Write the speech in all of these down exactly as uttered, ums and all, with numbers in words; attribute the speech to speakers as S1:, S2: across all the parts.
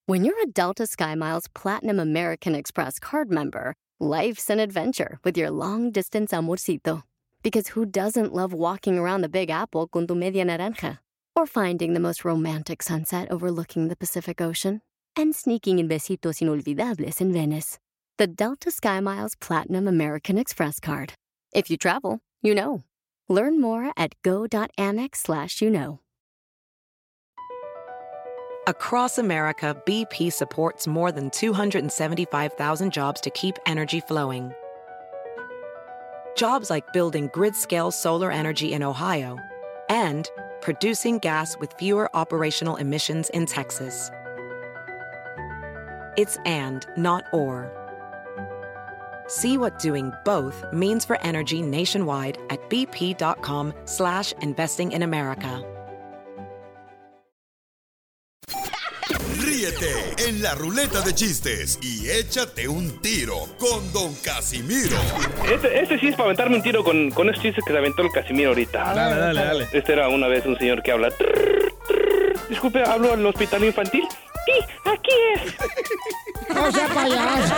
S1: When you're a Delta SkyMiles Platinum American Express card member, life's an adventure with your long-distance amorcito. Because who doesn't love walking around the Big Apple con tu media naranja? Or finding the most romantic sunset overlooking the Pacific Ocean? And sneaking in besitos inolvidables in Venice. The Delta SkyMiles Platinum American Express card. If you travel, you know. Learn more at go.amex slash you know.
S2: Across America, B P supports more than two hundred seventy-five thousand jobs to keep energy flowing. Jobs like building grid-scale solar energy in Ohio and producing gas with fewer operational emissions in Texas. It's and, not or. See what doing both means for energy nationwide at bp.com slash investing in America.
S3: Ríete en la ruleta de chistes y échate un tiro con Don Casimiro.
S4: Este, este sí es para aventarme un tiro con, con esos chistes que se aventó el Casimiro ahorita.
S5: Dale, dale, dale.
S4: Este era una vez un señor que habla. Trrr, trrr. Disculpe, ¿hablo al hospital infantil? Sí, aquí es.
S6: No sea payaso.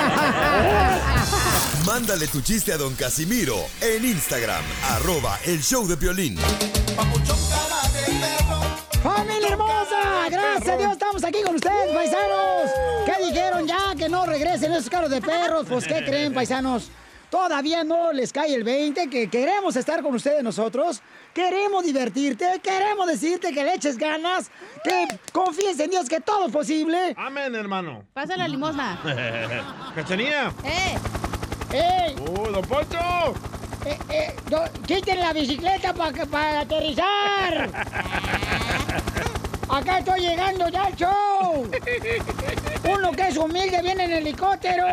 S3: Mándale tu chiste a Don Casimiro en Instagram, arroba el show de Piolín.
S6: ¡Familia hermosa! ¡Gracias a Dios! Estamos aquí con ustedes, paisanos. ¿Qué dijeron ya? Que no regresen esos caros de perros. Pues, ¿qué creen, paisanos? Todavía no les cae el veinte, que queremos estar con ustedes nosotros. Queremos divertirte, queremos decirte que le eches ganas, que confíes en Dios, que todo es posible.
S5: Amén, hermano.
S7: Pasa la limosna.
S5: ¡Cachanilla!
S7: ¡Eh!
S6: ¡Eh!
S5: ¡Uh, don Poncho!
S6: Eh, eh, do, ¡Quiten la bicicleta para pa aterrizar! ¡Acá estoy llegando ya al show! ¡Uno que es humilde viene en helicóptero!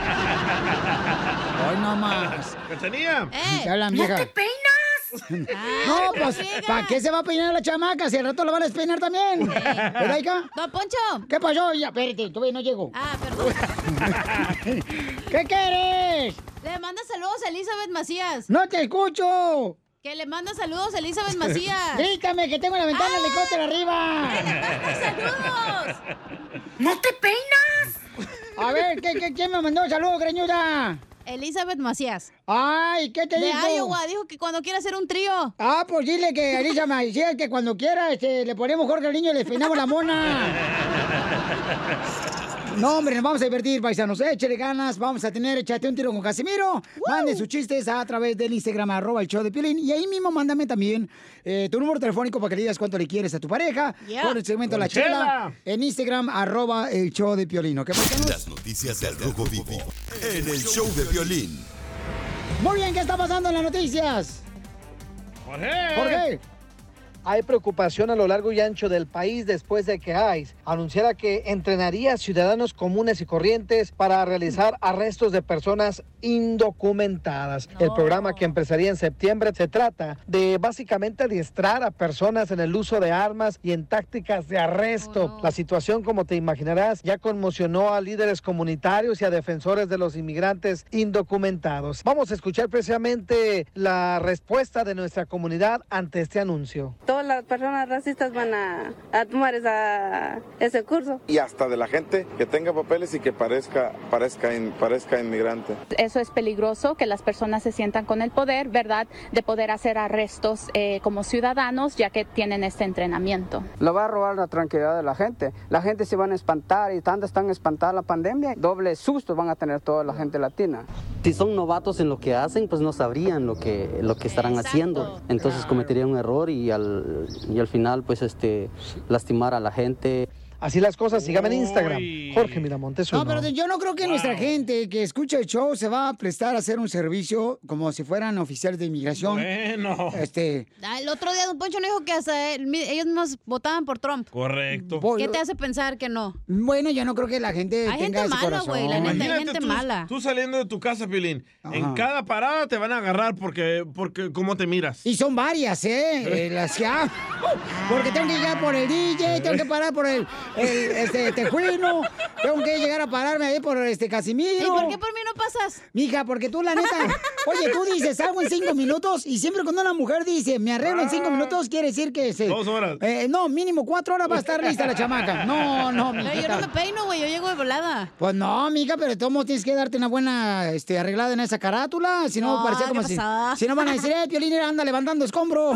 S6: ¡Hoy no más!
S5: ¡Cachanilla!
S7: ¡Eh!
S6: ¿Qué hablan, vieja?
S7: ¡No te peinas!
S6: No, pues, ¿para qué se va a peinar la chamaca? Si al rato la van a despeinar también. ¿Verdad, hija?
S7: ¡Don Poncho!
S6: ¿Qué pasó? Ya, espérate, todavía no llego.
S7: Ah, perdón.
S6: ¿Qué quieres?
S7: Le manda saludos a Elizabeth Macías.
S6: ¡No te escucho!
S7: Que le manda saludos a Elizabeth Macías.
S6: Grítame, que tengo la ventana del helicóptero arriba.
S7: ¡Que le manda saludos!
S6: ¡No te peinas! A ver, ¿qué, qué, ¿quién me mandó saludos, greñuda?
S7: Elizabeth Macías.
S6: Ay, ¿qué te
S7: de
S6: dijo?
S7: De Iowa, dijo que cuando quiera hacer un trío.
S6: Ah, pues dile que Elizabeth Macías que cuando quiera este, le ponemos Jorge al niño y le peinamos la mona. No, hombre, nos vamos a divertir, paisanos. Échale ganas, vamos a tener Échate un tiro con Casimiro. ¡Woo! Mande sus chistes a través del Instagram, arroba el show de Piolín. Y ahí mismo mándame también eh, tu número telefónico para que le digas cuánto le quieres a tu pareja. Yeah. Con el segmento con La Chela. Chela. En Instagram, arroba el show de Piolín. ¿Ok, paisanos?
S3: Las noticias del Rojo Vivo en el show de Piolín.
S6: Muy bien, ¿qué está pasando en las noticias?
S5: Jorge.
S6: Jorge.
S8: Hay preocupación a lo largo y ancho del país después de que ICE anunciara que entrenaría a ciudadanos comunes y corrientes para realizar arrestos de personas indocumentadas. No. El programa, que empezaría en septiembre, se trata de básicamente adiestrar a personas en el uso de armas y en tácticas de arresto. Oh, no. La situación, como te imaginarás, ya conmocionó a líderes comunitarios y a defensores de los inmigrantes indocumentados. Vamos a escuchar precisamente la respuesta de nuestra comunidad ante este anuncio.
S9: Todas las personas racistas van a, a tomar esa, ese curso.
S10: Y hasta de la gente que tenga papeles y que parezca, parezca, in, parezca inmigrante.
S11: Eso es peligroso, que las personas se sientan con el poder, ¿verdad?, de poder hacer arrestos eh, como ciudadanos, ya que tienen este entrenamiento.
S12: Lo va a robar la tranquilidad de la gente. La gente se van a espantar y tanto están espantadas la pandemia. Doble susto van a tener toda la gente latina.
S13: Si son novatos en lo que hacen, pues no sabrían lo que, lo que estarán Exacto. haciendo. Entonces cometerían un error y al y al final pues este lastimar a la gente.
S8: Así las cosas, sígame en Instagram, Jorge Miramontes uno.
S6: No, pero yo no creo que wow. nuestra gente que escucha el show se va a prestar a hacer un servicio como si fueran oficiales de inmigración.
S5: Bueno.
S6: Este...
S7: El otro día Don Poncho nos dijo que hasta él, ellos nos votaban por Trump.
S5: Correcto.
S7: ¿Qué te hace pensar que no?
S6: Bueno, yo no creo que la gente
S7: hay
S6: tenga
S7: gente
S6: ese
S7: mala,
S6: corazón.
S7: Güey, la neta,
S5: Imagínate
S7: hay gente
S5: tú,
S7: mala.
S5: Tú saliendo de tu casa, Piolín, en cada parada te van a agarrar porque, porque cómo te miras.
S6: Y son varias, ¿eh? eh las que ha... Porque tengo que llegar por el D J, tengo que parar por el, el este, tejuino, Tengo que llegar a pararme ahí por este Casimiro.
S7: ¿Y por qué por mí no pasas?
S6: Mija, porque tú la neta... Oye, tú dices algo en cinco minutos y siempre cuando una mujer dice me arreglo en cinco minutos, quiere decir que... Se,
S5: Dos horas.
S6: Eh, no, mínimo cuatro horas va a estar lista la chamaca. No, no, mija.
S7: Pero yo no me peino, güey, yo llego de volada.
S6: Pues no, mija, pero de todos modos tienes que darte una buena este, arreglada en esa carátula. Si no,
S7: No,
S6: parecía como
S7: ¿qué
S6: si...
S7: pasó?
S6: Si no van a decir, eh, Piolín anda levantando escombro.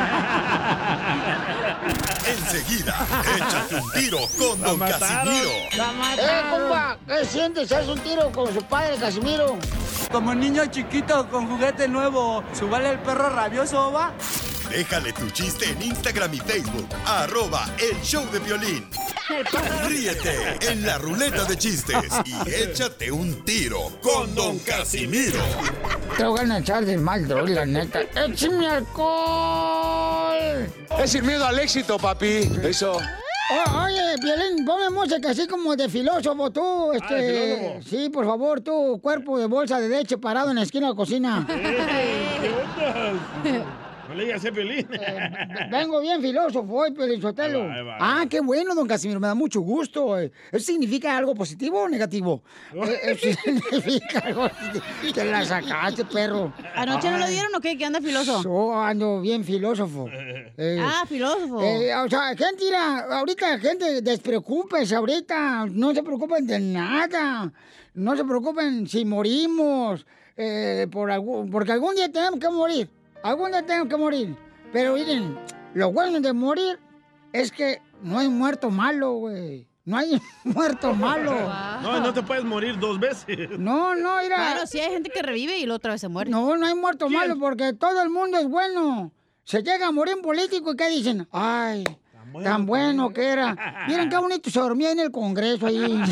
S3: Enseguida, échate un tiro con Don Casimiro.
S6: ¡Eh, compa! ¿Qué sientes? ¿Haz un tiro con su padre, Casimiro?
S14: Como niño chiquito con juguete nuevo, ¿subale el perro rabioso, va?
S3: Déjale tu chiste en Instagram y Facebook, arroba el show de Piolín. Ríete en la ruleta de chistes y échate un tiro con Don Casimiro.
S6: Te voy a echar de mal, droga, la neta. ¡Échame alcohol!
S15: Es sin miedo al éxito, papi. Eso.
S6: Oh, oye, Piolín, ponme música así como de filósofo, tú, este...
S5: Ah, ¿de filósofo?
S6: Sí, por favor, tú, cuerpo de bolsa de leche parado en la esquina de la cocina.
S5: ¿Qué onda? No le digas a Piolín.
S6: Eh, vengo bien filósofo hoy, Piolín Sotelo.
S5: Ahí va, ahí va.
S6: Ah, qué bueno, don Casimiro, me da mucho gusto. Eh. ¿Eso significa algo positivo o negativo? Eh, eso significa algo positivo. Te la sacaste, perro.
S7: ¿Anoche no lo dieron o qué? ¿Qué anda filósofo?
S6: Yo ando bien filósofo. Eh,
S7: Ah, filósofo.
S6: eh, o sea, gente, mira, ahorita, gente, despreocúpense ahorita. No se preocupen de nada. No se preocupen si morimos. Eh, por algún, porque algún día tenemos que morir. Algún día tenemos que morir. Pero miren, lo bueno de morir es que no hay muerto malo, güey. No hay muerto malo.
S5: No, no te puedes morir dos veces.
S6: No, no, mira.
S7: Claro, sí hay gente que revive y la otra vez se muere.
S6: No, no hay muerto
S5: ¿Quién?
S6: malo porque todo el mundo es bueno. Se llega a morir un político y ¿qué dicen? Ay, tan bueno, tan bueno que era. Miren qué bonito se dormía en el Congreso ahí.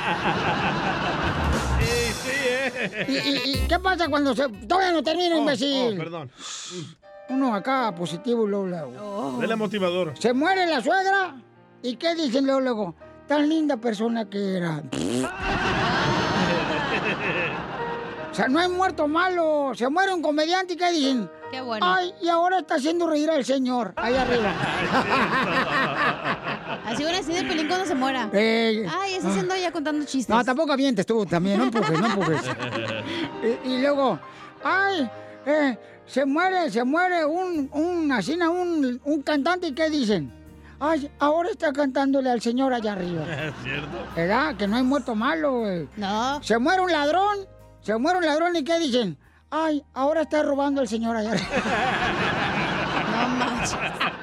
S5: Sí, sí, eh.
S6: ¿Y, y, y qué pasa cuando se... Todavía no termina,
S5: Oh,
S6: imbécil?
S5: oh, perdón.
S6: Uno acá positivo y luego, luego.
S7: Oh.
S5: Dele motivador.
S6: Se muere la suegra y ¿qué dicen luego, luego? Tan linda persona que era. O sea, no hay muerto malo. Se muere un comediante y ¿qué dicen?
S7: Qué bueno.
S6: Ay, y ahora está haciendo reír al señor, ahí arriba.
S7: Así van a decir de Pelín cuando se muera.
S6: Eh,
S7: Ay, está haciendo ya contando chistes.
S6: No, tampoco avientes tú también, no empujes, no empujes. y, y luego, ay, eh, se muere, se muere un, un, así, un, un cantante y ¿qué dicen? Ay, ahora está cantándole al señor allá arriba.
S5: ¿Es cierto?
S6: ¿Verdad? Que no hay muerto malo, güey.
S7: No.
S6: Se muere un ladrón, se muere un ladrón y ¿qué dicen? Ay, ahora está robando al señor allá arriba.
S7: No manches.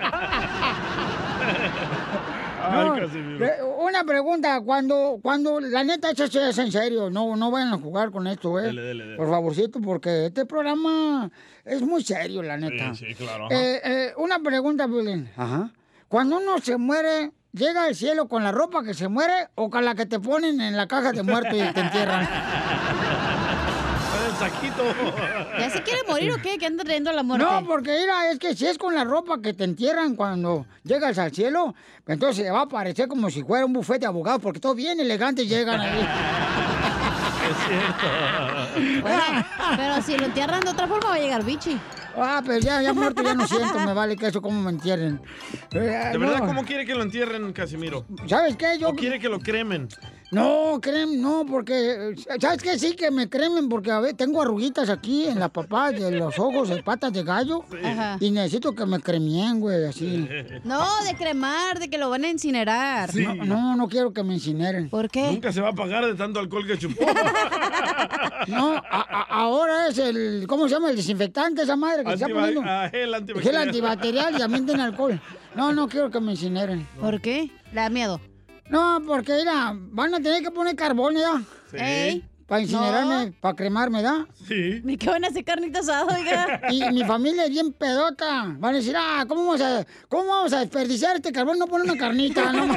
S6: No,
S5: Ay, Casimiro.
S6: eh, una pregunta, cuando, cuando, la neta, esto es en serio, no, no vayan a jugar con esto, ¿eh?
S5: Dele, dele, dele.
S6: Por favorcito, porque este programa es muy serio, la neta.
S5: Sí, sí, claro. ajá.
S6: Eh, eh, una pregunta, Piolín. Ajá. Cuando uno se muere, ¿llega al cielo con la ropa que se muere o con la que te ponen en la caja de muerto y te entierran?
S5: Con el saquito.
S7: ¿Ya se quiere morir o qué? ¿Que anda trayendo la muerte?
S6: No, porque mira, es que si es con la ropa que te entierran cuando llegas al cielo, entonces va a parecer como si fuera un bufete de abogados, porque todos bien elegantes llegan ahí.
S5: Es cierto.
S7: Bueno, pero si lo entierran de otra forma va a llegar bichi.
S6: Ah, pero ya, ya muerto ya no siento, me vale que eso como me entierren. Eh,
S5: ¿De verdad
S6: no.
S5: cómo quiere que lo entierren, Casimiro?
S6: ¿Sabes qué? Yo...
S5: ¿O quiere que lo cremen?
S6: No, cremen, no, porque, ¿sabes qué? Sí que me cremen, porque a ver, tengo arruguitas aquí en las papas de los ojos, de patas de gallo,
S7: Ajá.
S6: y necesito que me cremien, güey, así.
S7: No, de cremar, de que lo van a incinerar.
S5: Sí.
S6: No, no, no quiero que me incineren.
S7: ¿Por qué?
S5: Nunca se va a pagar de tanto alcohol que chupó.
S6: No, a- a- ahora es el, ¿cómo se llama? El desinfectante, esa madre que se está
S5: Antiba-
S6: poniendo.
S5: ah, gel
S6: Gel
S5: antibacterial.
S6: antibacterial y también tiene alcohol. No, no quiero que me incineren.
S7: ¿Por qué? Le da miedo.
S6: No, porque, mira, van a tener que poner carbón, ¿ya?
S5: Sí.
S7: Ey.
S6: Para incinerarme,
S7: No.
S6: para cremarme, ¿da?
S5: Sí.
S7: Ni que van a hacer carnita asada, oiga.
S6: Y mi familia es bien pedota. Van a decir, ah, ¿cómo vamos a, cómo vamos a desperdiciar este carbón? No poner una carnita, ¿no?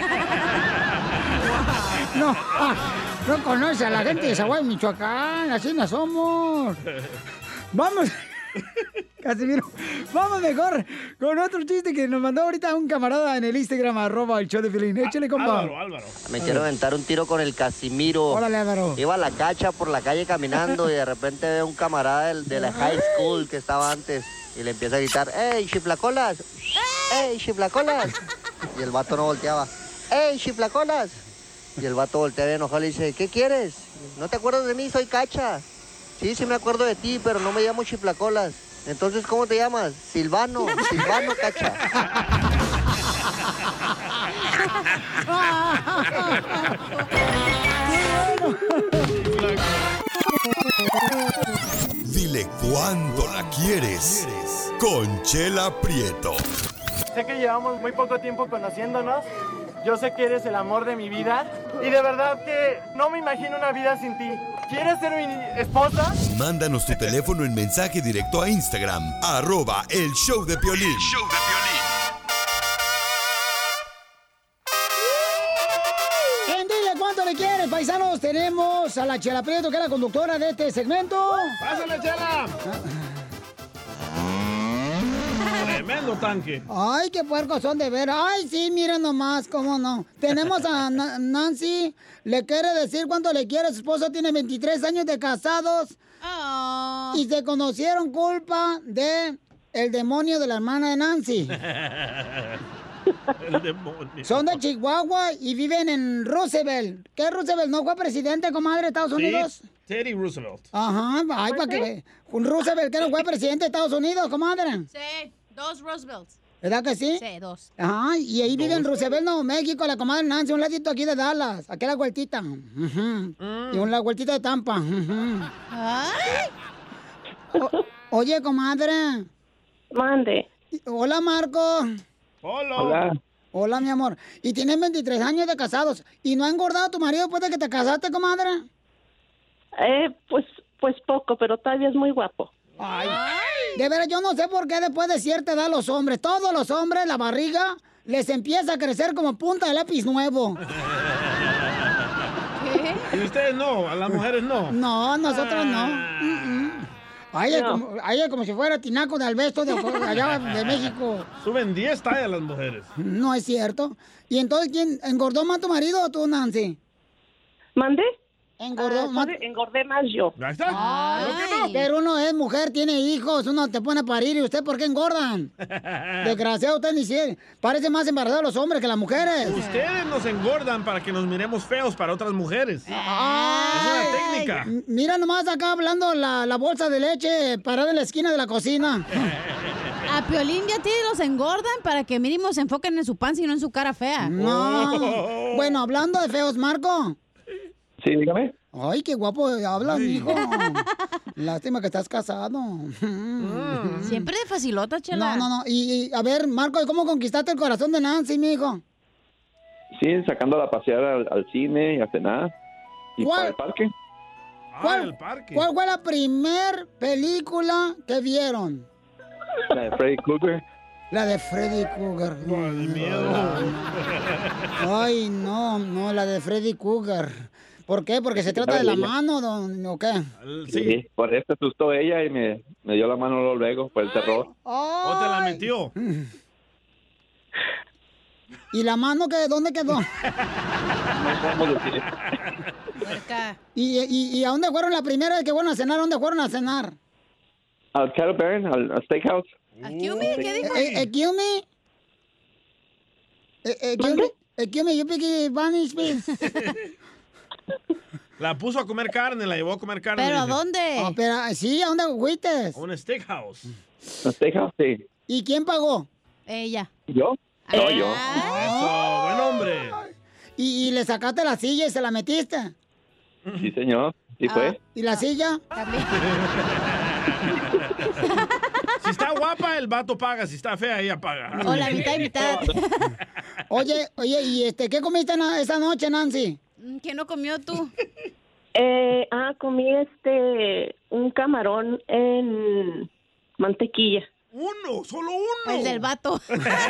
S6: No, ah, no conoce a la gente de Zaguay, Michoacán. Así no somos. Vamos. Casimiro, vamos mejor con otro chiste que nos mandó ahorita un camarada en el Instagram, arroba el show de Piolín. Échale, compa.
S5: Álvaro, Álvaro.
S16: Me quiero aventar un tiro con el Casimiro.
S6: Órale, Álvaro.
S16: Iba a la cacha por la calle caminando y de repente ve un camarada del- de la high school que estaba antes y le empieza a gritar, ¡Ey, chiflacolas! ¡Ey, chiflacolas! Y el vato no volteaba. ¡Ey, chiflacolas! Y el vato voltea bien enojado y le dice, ¿qué quieres? ¿No te acuerdas de mí? Soy Cacha. Sí, sí me acuerdo de ti, pero no me llamo Chiflacolas. Entonces, ¿cómo te llamas? Silvano, Silvano, Cacha.
S3: Dile cuándo la quieres. Conchela Prieto.
S17: Sé que llevamos muy poco tiempo conociéndonos. Yo sé que eres el amor de mi vida. Y de verdad que no me imagino una vida sin ti. ¿Quieres ser mi esposa?
S3: Mándanos tu teléfono en mensaje directo a Instagram. Arroba El Show de Piolín. El Show de
S6: En Dile Cuánto Le Quieres, paisanos, tenemos a la Chela Prieto, que es la conductora de este segmento.
S5: ¡Pásale, Chela! Tremendo tanque.
S6: Ay, qué puercos son de ver. Ay, sí, miren nomás, cómo no. Tenemos a Na- Nancy. Le quiere decir cuánto le quiere. Su esposo tiene veintitrés años de casados.
S7: Oh.
S6: Y se conocieron culpa de el demonio de la hermana de Nancy.
S5: El demonio.
S6: Son de Chihuahua y viven en Roosevelt. ¿Qué Roosevelt? ¿No fue presidente, comadre, de Estados Unidos?
S5: Sí, Teddy Roosevelt.
S6: Ajá, ay, para que ve. Un Roosevelt que no fue presidente de Estados Unidos, comadre.
S7: Sí, dos Roosevelts.
S6: ¿Verdad que sí?
S7: Sí, dos.
S6: Ajá, y ahí vive en Roosevelt, Nuevo México, la comadre Nancy, un ladito aquí de Dallas. Aquí la vueltita. Ujú. Y una vueltita de Tampa. Ujú. O- oye, comadre.
S9: Mande.
S6: Hola, Marco.
S5: Hola.
S9: Hola.
S6: Hola, mi amor. Y tienes veintitrés años de casados. ¿Y no ha engordado tu marido después de que te casaste, comadre?
S9: Eh, pues, pues poco, pero todavía es muy guapo.
S6: Ay. De veras, yo no sé por qué después de cierta edad los hombres, todos los hombres, la barriga les empieza a crecer como punta de lápiz nuevo.
S7: ¿Qué?
S5: Y ustedes no, a las mujeres no.
S6: No, nosotros no. Mm-mm. Ay, es
S5: No.
S6: como, ay, es como si fuera tinaco de Albesto de allá de México.
S5: Suben diez tallas las mujeres.
S6: No es cierto. ¿Y entonces quién engordó más tu marido o tú, Nancy?
S9: ¿Mande?
S6: Engordó
S9: Ah,
S6: más.
S9: sabe, engordé más yo.
S5: Ahí está.
S6: Ay,
S5: ¿Pero qué no?
S6: pero uno es mujer, tiene hijos, uno te pone a parir y usted, ¿por qué engordan? Desgraciado, usted ni siquiera. Parece más embarazado los hombres que las mujeres.
S5: Ustedes nos engordan para que nos miremos feos para otras mujeres.
S6: Ay,
S5: Es una técnica.
S6: m- Mira nomás acá hablando la, la bolsa de leche parada en la esquina de la cocina.
S7: A Piolín y a ti los engordan para que mínimo se enfoquen en su panza y no en su cara fea.
S6: No. Bueno, hablando de feos, Marco.
S18: Sí, dígame.
S6: Ay, qué guapo hablas, mijo. Lástima que estás casado.
S7: Siempre de facilota, Chela.
S6: No, no, no. Y, y, a ver, Marco, ¿cómo conquistaste el corazón de Nancy, mijo?
S18: Sí, sacándola a pasear al, al cine y a cenar. ¿Y
S6: ¿Cuál?
S18: para el parque?
S6: ¿Cuál,
S5: Ah, el parque.
S6: ¿Cuál fue la primer película que vieron?
S18: La de Freddy Krueger.
S6: La de Freddy Krueger.
S5: Ay, miedo.
S6: Ay, no, no, la de Freddy Krueger. ¿Por qué? ¿Porque se trata de la mano don, o qué?
S18: Sí. Por eso se asustó ella y me, me dio la mano luego, luego por el terror.
S5: ¿O te la metió?
S6: ¿Y la mano que dónde quedó?
S18: No podemos decir.
S6: ¿Y, y, ¿Y a dónde fueron la primera vez que fueron a cenar? ¿A dónde fueron a cenar?
S18: Al Cattle Baron, al, al Steakhouse.
S7: ¿Excuse me? ¿Qué dijo?
S6: Eh, eh, excuse me? Eh, eh, excuse me? Excuse me, you speak Spanish, please?
S5: La puso a comer carne, la llevó a comer carne.
S7: ¿Pero a
S5: dice.
S7: dónde?
S6: Ah, pero, sí, ¿a dónde fuiste?
S5: A un steakhouse.
S18: ¿Al Steakhouse? Sí.
S6: ¿Y quién pagó?
S7: Ella.
S18: ¿Yo? No, yo.
S5: Eso, buen hombre.
S6: ¿Y, y le sacaste la silla y se la metiste?
S18: Sí, señor. Sí fue.
S6: ¿Y la silla?
S5: Si está guapa, el vato paga. Si está fea, ella paga.
S7: O la mitad y mitad.
S6: Oye, oye, ¿y este qué comiste na- esa noche, Nancy?
S7: ¿Qué no comió tú?
S9: Eh, ah, comí este, un camarón en mantequilla.
S5: Uno, solo uno.
S7: El del vato.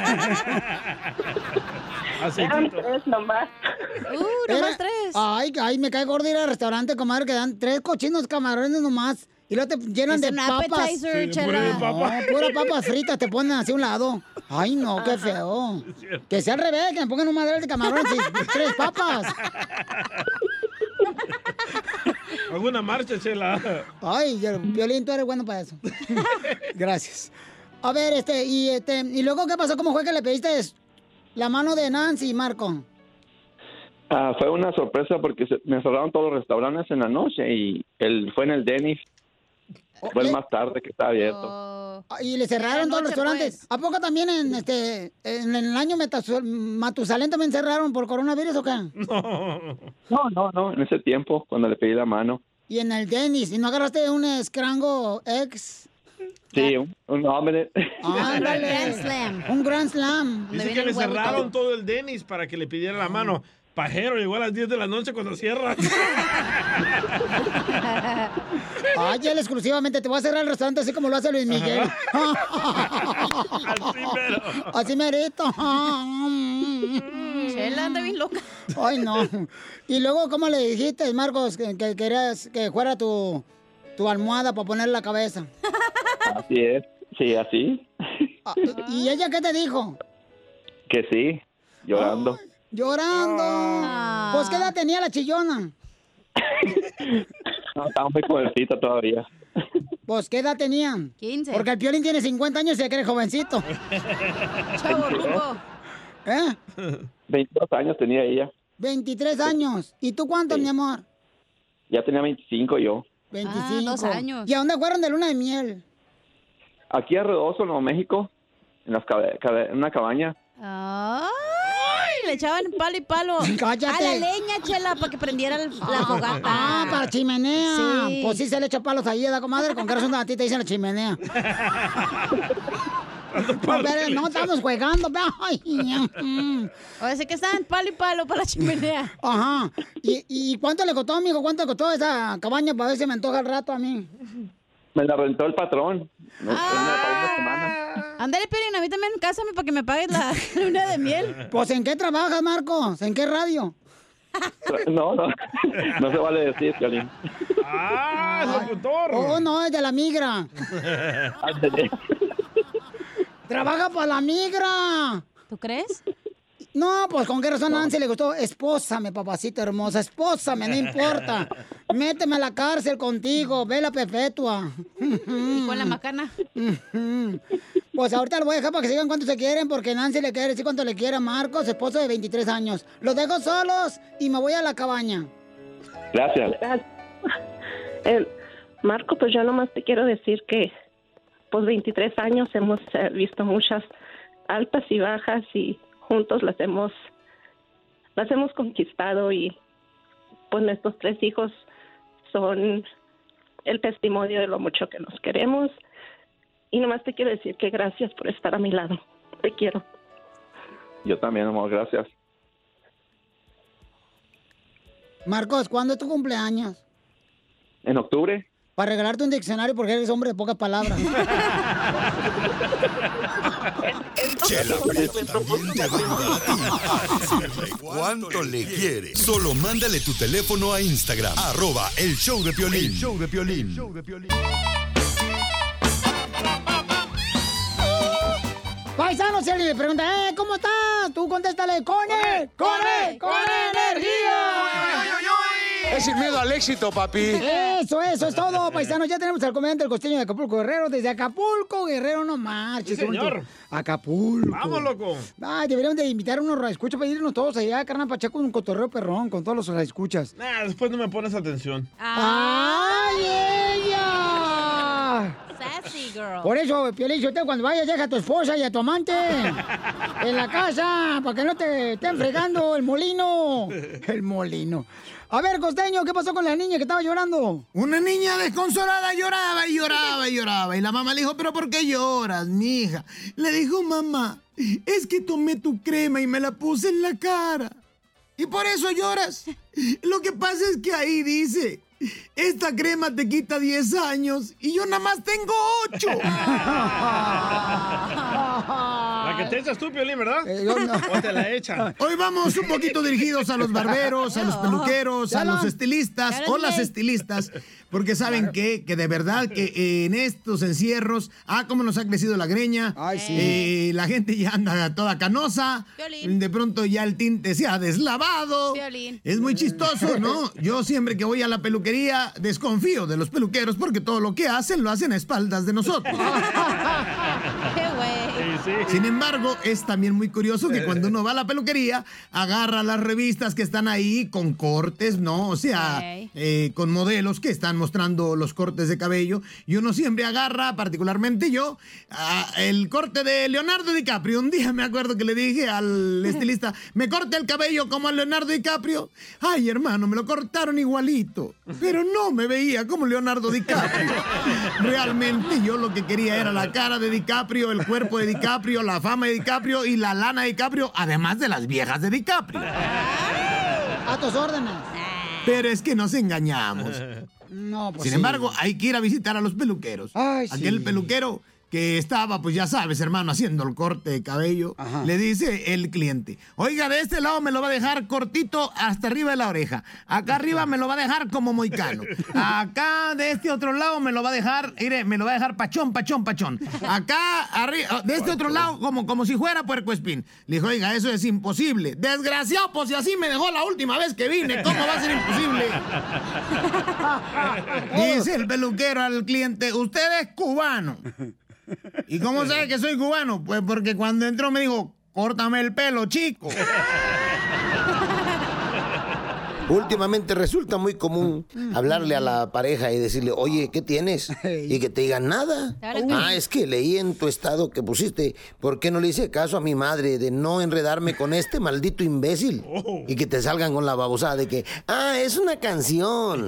S9: Eran tres nomás.
S7: Uh, nomás tres.
S6: Ay, ay, me cae gordo ir al restaurante, comadre, que dan tres cochinos camarones nomás. Y luego te llenan
S7: Es
S6: de
S7: un
S6: papas.
S7: appetizer, Sí, chela. pura papa.
S6: No, pura papas fritas te ponen hacia un lado. Ay, no, qué feo. Que sea al revés, que me pongan un madral de camarones y tres papas.
S5: Alguna marcha, Chela.
S6: Ay, Piolín, tú eres bueno para eso. Gracias. A ver, este, y este, y luego, ¿qué pasó? ¿Cómo fue que le pediste la mano de Nancy, Marco?
S18: Ah, fue una sorpresa porque se- me cerraron todos los restaurantes en la noche y él fue en el Denny's. Fue el más tarde que está abierto.
S6: Ah, Y le cerraron todos los restaurantes. ¿A poco también en este en el año Metasu- Matusalén también cerraron por coronavirus o qué?
S18: No, no, no, en ese tiempo, cuando le pedí la mano.
S6: Y en el tenis, ¿y no agarraste un escrango ex?
S18: Sí, un, un hombre.
S6: Ándale.
S7: Grand Slam.
S6: Un Grand Slam.
S5: Dice que le cerraron todo el Dennis para que le pidiera la mano. Pajero, llegó a las diez de la noche cuando cierra.
S6: Ay, él exclusivamente te voy a cerrar el restaurante así como lo hace Luis Miguel.
S5: Así mero.
S6: Así merito.
S7: Chela anda bien loca.
S6: Ay, no. Y luego, ¿cómo le dijiste, Marcos, que, que querías que fuera tu, tu almohada para poner la cabeza?
S18: Así es, sí, así.
S6: Ah, ¿Y ella qué te dijo?
S18: Que sí, llorando.
S6: Llorando.
S7: Ah.
S6: Pues, ¿qué edad tenía la chillona?
S18: No, estaba muy jovencita todavía.
S6: Pues, ¿qué edad tenían?
S7: quince.
S6: Porque el Piolín tiene cincuenta años y se cree jovencito.
S7: Chavo ruco.
S6: ¿Eh?
S18: veintidós años tenía ella.
S6: veintitrés años. ¿Y tú cuántos, mi amor?
S18: Ya tenía veinticinco yo.
S6: veinticinco.
S7: Ah, dos años.
S6: ¿Y a dónde fueron de luna de miel?
S18: Aquí a Redoso, Nuevo México, en, las cabe- cabe- en una cabaña.
S7: Ay, le echaban palo y palo.
S6: Cállate.
S7: A la leña, Chela, para que prendiera el- la fogata.
S6: Ah, para chimenea.
S7: Sí.
S6: Pues sí se le echa palos ahí, ¿da, comadre? Con que razón a ti te dicen la chimenea. A ver, no estamos jugando. Ay, mm.
S7: O sea, que estaban palo y palo para la chimenea.
S6: Ajá. ¿Y, ¿Y cuánto le costó, amigo? ¿Cuánto le costó esa cabaña para ver si me antoja el rato a mí?
S18: Me la rentó el patrón. Me-
S6: Ah.
S18: una- para una semana.
S7: Ándale, Piolín, a mí también cásame para que me pagues la luna de miel.
S6: Pues, ¿en qué trabajas, Marcos? ¿En qué radio?
S18: No, no, no se vale decir, Piolín.
S5: ¡Ah, es locutor!
S6: Oh, no, es de la migra. Trabaja para la migra.
S7: ¿Tú crees?
S6: No, pues con qué razón a Nancy le gustó. Espósame, papacita hermosa, espósame, no importa. Méteme a la cárcel contigo, vela perpetua.
S7: Y con la macana.
S6: Pues ahorita lo voy a dejar para que sigan cuánto se quieren, porque Nancy le quiere decir cuánto le quiere a Marcos, esposo de veintitrés años. Los dejo solos y me voy a la cabaña.
S18: Gracias.
S19: Eh, Marco, pues yo nomás te quiero decir que pues veintitrés años hemos eh, visto muchas altas y bajas y juntos las hemos las hemos conquistado y pues nuestros tres hijos son el testimonio de lo mucho que nos queremos y nomás te quiero decir que gracias por estar a mi lado. Te quiero.
S18: Yo también, amor, gracias.
S6: Marcos, ¿cuándo es tu cumpleaños?
S18: En octubre.
S6: Para regalarte un diccionario porque eres hombre de pocas palabras.
S3: Chela Prieto también te va a ayudar a ti a decirle cuánto le quiere. Solo mándale tu teléfono a Instagram, arroba el show de Piolín. El show de Piolín.
S6: Paisanos, si alguien le pregunta, eh, ¿cómo estás? Tú contéstale, ¡con él! ¡Con él! ¡Con energía!
S15: Es sin miedo al éxito, papi.
S6: Eso, eso es todo, paisanos. Ya tenemos al comediante del costeño de Acapulco Guerrero. Desde Acapulco Guerrero, no marches.
S5: Sí, señor.
S6: qué bonito. Acapulco.
S5: Vamos, loco.
S6: Ay, deberíamos de invitar a unos radioescuchas para irnos todos allá, carnal Pacheco, un cotorreo perrón con todos los radioescuchas.
S5: Nah, después no me pones atención.
S6: ¡Ay, ella!
S7: Sassy girl.
S6: Por eso, Piolín, yo te cuando vayas, deja a tu esposa y a tu amante en la casa, para que no te estén fregando el molino. El molino. A ver, costeño, ¿qué pasó con la niña que estaba llorando?
S20: Una niña desconsolada lloraba y lloraba y lloraba. Y la mamá le dijo, ¿pero por qué lloras, mija? Le dijo, mamá, es que tomé tu crema y me la puse en la cara. ¿Y por eso lloras? Lo que pasa es que ahí dice, esta crema te quita diez años y yo nada más tengo ocho.
S5: La que te echas tú, Piolín, ¿verdad?
S6: Eh, yo no.
S5: O te la echan.
S20: Hoy vamos un poquito dirigidos a los barberos, a los peluqueros, a los estilistas o las estilistas, porque saben que, que de verdad que en estos encierros, ah, cómo nos ha crecido la greña, eh, la gente ya anda toda canosa,
S7: Piolín.
S20: de pronto ya el tinte se ha deslavado.
S7: Piolín.
S20: Es muy chistoso, ¿no? Yo siempre que voy a la peluquería desconfío de los peluqueros porque todo lo que hacen lo hacen a espaldas de nosotros.
S7: ¡Qué güey!
S5: sí.
S20: Sin embargo, es también muy curioso que cuando uno va a la peluquería, agarra las revistas que están ahí con cortes, ¿no? O sea,
S7: Ok.
S20: eh, con modelos que están mostrando los cortes de cabello. Y uno siempre agarra, particularmente yo, a- el corte de Leonardo DiCaprio. Un día me acuerdo que le dije al estilista, me corte el cabello como a Leonardo DiCaprio. Ay, hermano, me lo cortaron igualito. Pero no me veía como Leonardo DiCaprio. Realmente yo lo que quería era la cara de DiCaprio, el cuerpo de DiCaprio, la fama de DiCaprio y la lana de DiCaprio, además de las viejas de DiCaprio.
S6: A tus órdenes.
S20: Pero es que nos engañamos.
S6: No, pues
S20: Sin
S6: sí.
S20: embargo, hay que ir a visitar a los peluqueros.
S6: Ay,
S20: Aquel
S6: sí.
S20: peluquero que estaba, pues ya sabes, hermano, haciendo el corte de cabello, le dice el cliente, oiga, de este lado me lo va a dejar cortito hasta arriba de la oreja. Acá arriba me lo va a dejar como moicano. Acá de este otro lado me lo va a dejar, mire, me lo va a dejar pachón, pachón, pachón. Acá arriba, de este otro lado como, como si fuera puercoespín. Le dijo, oiga, eso es imposible. Desgraciado, pues si así me dejó la última vez que vine, ¿cómo va a ser imposible? Dice el peluquero al cliente, usted es cubano. ¿Y cómo sabe que soy cubano? Pues porque cuando entró me dijo, córtame el pelo, chico.
S21: Últimamente resulta muy común hablarle a la pareja y decirle, oye, ¿qué tienes? Y que te digan nada. Ah, es que leí en tu estado que pusiste, ¿por qué no le hice caso a mi madre de no enredarme con este maldito imbécil? Y que te salgan con la babosada de que, ah, es una canción.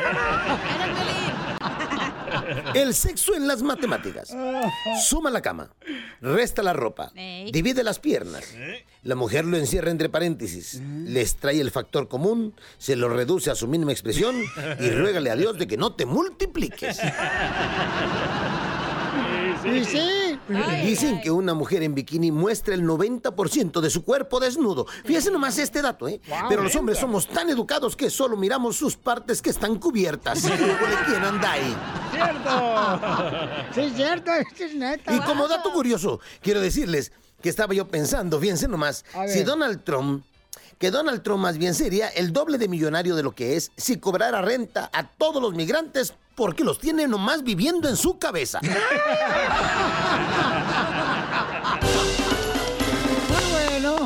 S21: El sexo en las matemáticas. Suma la cama, resta la ropa,
S7: Ey.
S21: divide las piernas. La mujer lo encierra entre paréntesis, le extrae el factor común, se lo reduce a su mínima expresión y ruégale a Dios de que no te multipliques.
S6: Sí, sí.
S21: Dicen que una mujer en bikini muestra el noventa por ciento de su cuerpo desnudo. Fíjese nomás este dato, ¿eh?
S6: Wow,
S21: Pero los
S6: neta.
S21: hombres somos tan educados que solo miramos sus partes que están cubiertas. Y luego le quién anda ahí.
S6: Sí, es cierto, esto es neta.
S21: Y como dato curioso, quiero decirles que estaba yo pensando, fíjense nomás,
S6: A ver.
S21: si Donald Trump, que Donald Trump más bien sería el doble de millonario de lo que es si cobrara renta a todos los migrantes porque los tiene nomás viviendo en su cabeza.
S6: Muy bueno.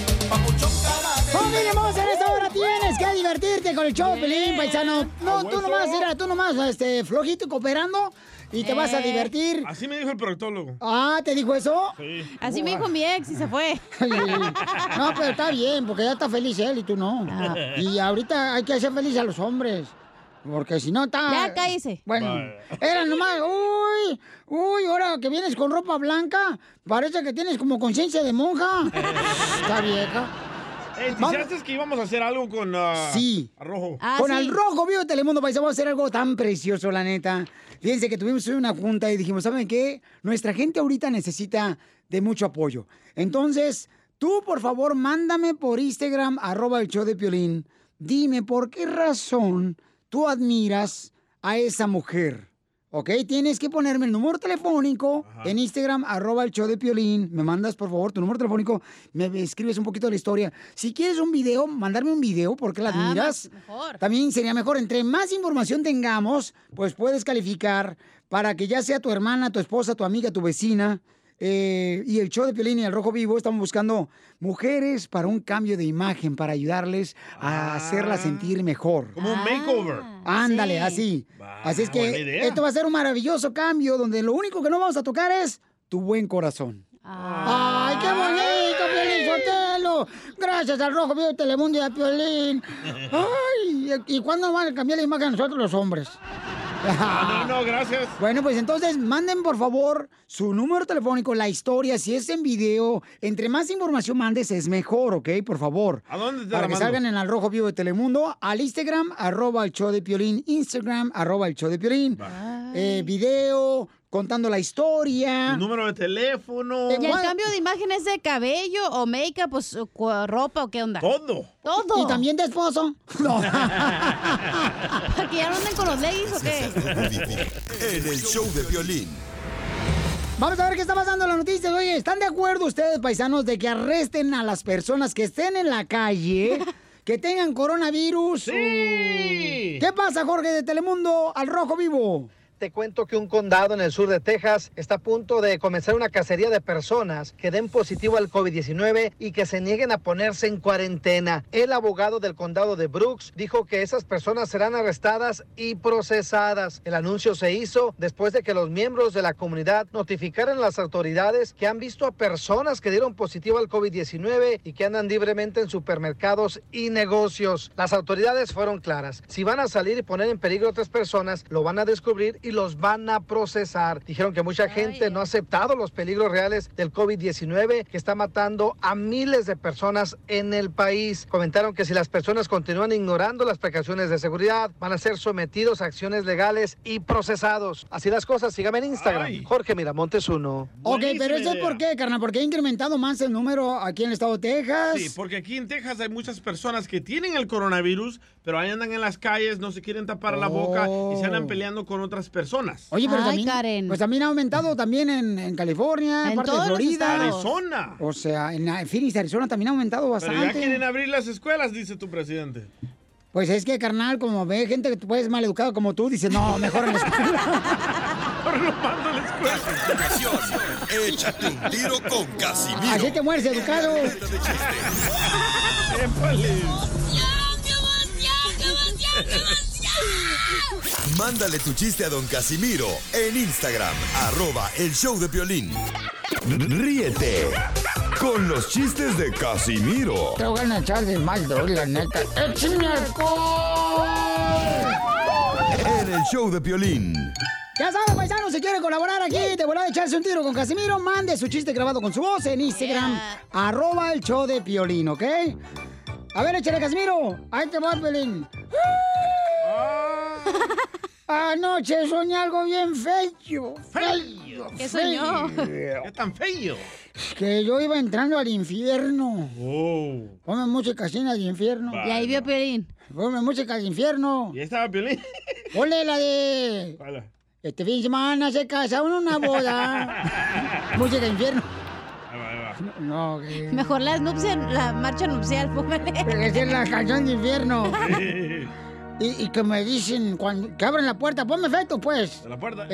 S6: ¡Familia hermosa! En esta hora tienes que divertirte con el show, Pelín, paisano. No, tú nomás, mira, tú nomás, este, flojito y cooperando y te vas a
S7: Eh.
S6: divertir.
S5: Así me dijo el proctólogo.
S6: Ah, ¿te dijo eso?
S5: Sí.
S7: Así me dijo mi ex y se fue.
S6: No, pero está bien, porque ya está feliz él y tú no. Y ahorita hay que hacer feliz a los hombres. Porque si no está...
S7: Ya, cállese.
S6: Bueno,
S7: Vaya.
S6: era nomás... Uy, uy, ahora que vienes con ropa blanca, parece que tienes como conciencia de monja. Está vieja.
S5: Eh,
S6: Vamos.
S5: ¿Dijiste que íbamos a hacer algo con ah,
S6: Sí.
S5: Arrojo?
S6: Con el rojo vivo de Telemundo, paisa, vamos a hacer algo tan precioso, la neta. Fíjense que tuvimos hoy una junta y dijimos, ¿saben qué? Nuestra gente ahorita necesita de mucho apoyo. Entonces, tú, por favor, mándame por Instagram, arroba el show de Piolín. Dime por qué razón tú admiras a esa mujer. ¿Ok? Tienes que ponerme el número telefónico en Instagram, arroba el show de Piolín. Me mandas, por favor, tu número telefónico. Me escribes un poquito de la historia. Si quieres un video, mandarme un video porque la
S7: Ah,
S6: admiras.
S7: más- mejor.
S6: También sería mejor. Entre más información tengamos, pues puedes calificar para que ya sea tu hermana, tu esposa, tu amiga, tu vecina. Eh, y el show de Piolín y el Rojo Vivo estamos buscando mujeres para un cambio de imagen, para ayudarles a hacerla sentir mejor.
S5: Como un makeover.
S6: Ándale,
S5: Sí.
S6: así. Así es
S5: buena
S6: que
S5: idea.
S6: esto va a ser un maravilloso cambio donde lo único que no vamos a tocar es tu buen corazón. ¡Ay, qué bonito, Piolín Sotelo! Gracias al Rojo Vivo de Telemundo y a Piolín. ¡Ay! ¿Y cuándo van a cambiar la imagen nosotros los hombres?
S5: No, no, gracias.
S6: Bueno, pues entonces manden por favor su número telefónico, la historia, si es en video. Entre más información mandes es mejor, ¿ok? Por favor.
S5: ¿A dónde te
S6: Para
S5: la
S6: que
S5: mando?
S6: salgan en el Rojo Vivo de Telemundo, al Instagram, arroba el show de Piolín, Instagram, arroba el show de Piolín. Eh, video, contando la historia.
S5: Tu número de teléfono.
S6: Eh,
S7: ¿Y el cambio de imagen es de cabello o make-up, pues, o cu- ropa o qué onda?
S5: Todo.
S7: Todo.
S6: Y también de esposo. No.
S7: ¿Para que ya no anden con los leggings o qué?
S3: En el show de Piolín.
S6: Vamos a ver qué está pasando en las noticias. Oye, ¿están de acuerdo ustedes, paisanos, de que arresten a las personas que estén en la calle, que tengan coronavirus?
S5: ¡Sí!
S6: ¿Qué pasa, Jorge de Telemundo al Rojo Vivo?
S8: Te cuento que un condado en el sur de Texas está a punto de comenzar una cacería de personas que den positivo al COVID diecinueve y que se nieguen a ponerse en cuarentena. El abogado del condado de Brooks dijo que esas personas serán arrestadas y procesadas. El anuncio se hizo después de que los miembros de la comunidad notificaran a las autoridades que han visto a personas que dieron positivo al COVID diecinueve y que andan libremente en supermercados y negocios. Las autoridades fueron claras. Si van a salir y poner en peligro a otras personas, lo van a descubrir y los van a procesar. Dijeron que mucha gente no ha aceptado los peligros reales del COVID diecinueve que está matando a miles de personas en el país. Comentaron que si las personas continúan ignorando las precauciones de seguridad, van a ser sometidos a acciones legales y procesados. Así las cosas, síganme en Instagram. Ay. Jorge Miramontes uno.
S6: Ok, pero ¿eso es por qué, carnal? ¿Por qué ha incrementado más el número aquí en el estado de Texas?
S5: Sí, porque aquí en Texas hay muchas personas que tienen el coronavirus, pero ahí andan en las calles, no se quieren tapar la boca y se andan peleando con otras personas.
S6: Oye, pero
S7: Ay,
S6: también,
S7: Karen.
S6: pues también ha aumentado también en, en California, en
S7: En
S6: parte de
S7: todos los
S6: Florida.
S7: estados.
S5: Arizona.
S6: O sea, en, en Phoenix, Arizona también ha aumentado bastante.
S5: Pero ya quieren abrir las escuelas, dice tu presidente.
S6: Pues es que, carnal, como ve gente que tú puedes mal educado como tú, dice, no, mejor en la escuela.
S5: Mejor lo mando a la escuela.
S3: Échate un tiro con Casimiro.
S6: Así te mueres educado.
S3: Mándale tu chiste a don Casimiro en Instagram, arroba el show de Piolín. Ríete con los chistes de Casimiro
S6: Te voy a echar de mal, la neta. ¡Échame alcohol!
S3: en el show de Piolín.
S6: Ya saben, paisanos, si quieren colaborar aquí, te voy a echarse un tiro con Casimiro, mande su chiste grabado con su voz en Instagram, yeah. arroba el show de Piolín, ¿ok? A ver, échale, Casimiro. Ahí te va, Piolín. Anoche soñé algo bien feo. Feo.
S7: ¿Qué soñó?
S5: ¿Qué tan feo?
S6: Que yo iba entrando al infierno.
S5: Oh.
S6: Ponme música así de infierno.
S7: Y ahí vio Piolín.
S6: Ponme música de infierno.
S5: ¿Y ahí estaba Piolín?
S6: Ponle la de...
S5: Hola.
S6: Este fin de semana se casaron en una boda. Música de infierno.
S5: Ahí va, ahí va.
S6: No, que...
S7: Mejor la, nupcia, la marcha nupcial, póngale.
S6: Esa es la canción de infierno. Y, y que me dicen, cuando que abren la puerta, ponme efecto, pues.
S5: ¿De la puerta?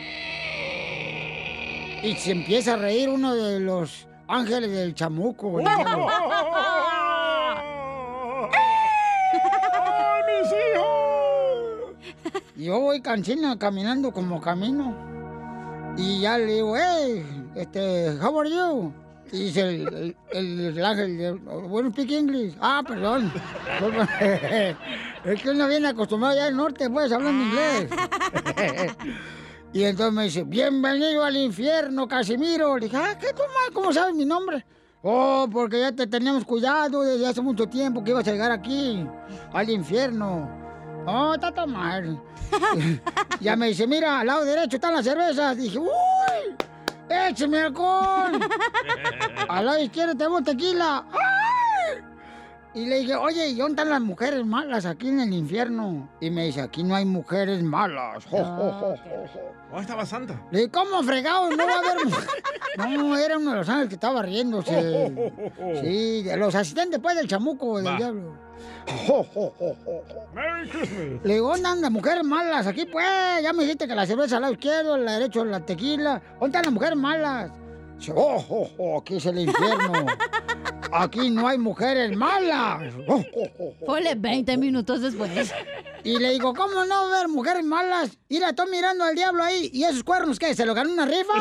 S6: Eh, y se empieza a reír uno de los ángeles del chamuco. ¡Ay,
S5: mis hijos!
S6: Yo voy cansino caminando como camino. Y ya le digo, hey, este, how are you? Y dice el, el, el, el ángel, bueno, speak English. Ah, perdón. Es que uno viene acostumbrado ya al norte, pues, hablando inglés. Y entonces me dice, bienvenido al infierno, Casimiro. Le dije, ah, ¿qué tú, mal? ¿Cómo sabes mi nombre? Oh, porque ya te teníamos cuidado desde hace mucho tiempo que ibas a llegar aquí, al infierno. Oh, está tan mal. Ya me dice, mira, al lado derecho están las cervezas. Dije, uy, écheme alcohol. Al lado izquierdo tenemos tequila. ¡Ay! Y le dije, oye, ¿y dónde están las mujeres malas aquí en el infierno? Y me dice, aquí no hay mujeres malas. Jo, jo, jo, jo, jo.
S5: Oh, estaba Santa.
S6: Le dije, ¿cómo fregado? No va a haber mujeres. No, era uno de los ángeles que estaba riéndose.
S5: Oh, oh, oh, oh.
S6: Sí, de los asistentes, pues, del chamuco, del
S5: Va.
S6: diablo. Jo, jo, jo, jo.
S5: Merry Christmas.
S6: Le digo, ¿dónde andan las mujeres malas? Aquí, pues, ya me dijiste que la cerveza al lado izquierdo, al lado derecho la tequila. ¿Dónde están las mujeres malas? Dice, oh, oh, oh, aquí es el infierno. Aquí no hay mujeres malas. Oh, oh, oh, oh.
S7: Ponle veinte minutos después.
S6: Y le digo, ¿cómo no ver mujeres malas? Y la estoy mirando al diablo ahí. ¿Y esos cuernos qué? ¿Se lo ganó una rifa?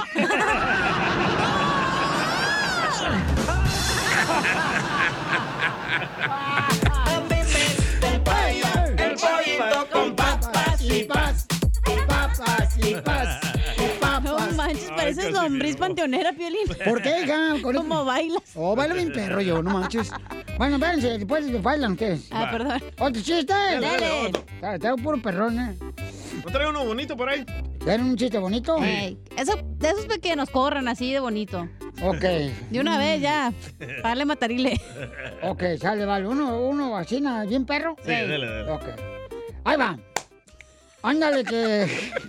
S5: El pollito con papas y
S6: paz. Papas y paz.
S7: No manches, pareces lombriz panteonera, Piolín.
S6: ¿Por qué, hija?
S7: ¿Cómo bailas?
S6: Oh, baila bien perro yo, no manches. Bueno, espérense, después bailan ustedes.
S7: Ah, perdón.
S6: ¿Otro chiste?
S7: Dale.
S6: Dale, traigo puro perrón, ¿eh?
S5: ¿No trae uno bonito por ahí?
S6: ¿Quieren un chiste bonito?
S7: Ey, eso, de esos pequeños corran así de bonito.
S6: Ok.
S7: De una vez ya. Dale matarile.
S6: Ok, sale, vale. Uno, uno así, ¿no? ¿Bien perro?
S5: Sí, dale, dale.
S6: Ok. Ahí va. Ándale que...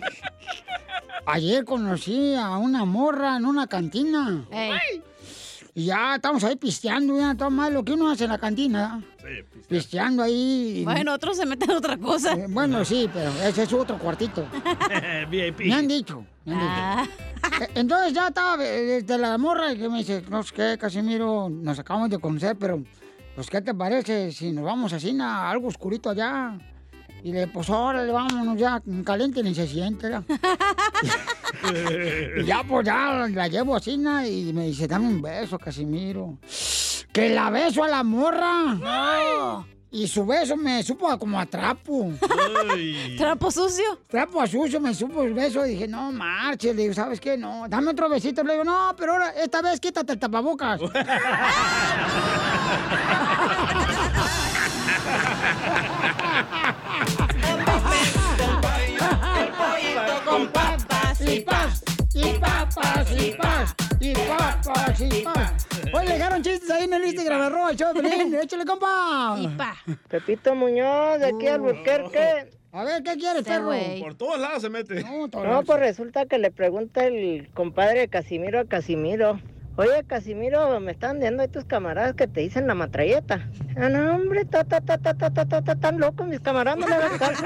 S6: Ayer conocí a una morra en una cantina.
S7: Ey.
S6: Y ya estamos ahí pisteando, ya todo mal lo que uno hace en la cantina.
S5: Sí.
S6: pisteando ahí.
S7: Bueno, otros se meten a otra cosa.
S6: Eh, bueno, sí, pero ese es otro cuartito.
S5: V I P.
S6: Me han dicho. Me han
S7: Ah.
S6: dicho. Eh, Entonces ya estaba desde la morra que me dice, no sé qué, Casimiro, nos acabamos de conocer, pero pues ¿qué te parece si nos vamos así a algo oscurito allá? Y le pues órale, vámonos ya, caliente ni se siente. ¿Ya? Y ya pues ya la llevo así ¿no? Y me dice, dame un beso, Casimiro. Que la beso a la morra. No. Y su beso me supo como a trapo.
S7: ¿Trapo sucio?
S6: Trapo a sucio me supo el beso. Y dije, no marches. Le digo, ¿sabes qué? No, dame otro besito. Le digo, no, pero ahora, esta vez quítate el tapabocas. Con papas y paz, y papas y paz, y papas y paz. Hoy le dejaron chistes ahí en el Instagram, arroba el show de Piolín. Échale, compa.
S7: Y pa.
S1: Pepito Muñoz, de aquí al Albuquerque.
S6: A ver, ¿qué quieres,
S7: Este
S6: perro?
S7: güey.
S5: Por todos lados se mete.
S6: No, todos
S1: No,
S6: lados.
S1: pues resulta que le pregunta el compadre Casimiro a Casimiro. Oye, Casimiro, me están viendo ahí tus camaradas que te dicen la matralleta. Ah, no, hombre, ta, ta, ta, ta, ta, ta, ta, ta, tan locos mis camaradas, no le hagan caso.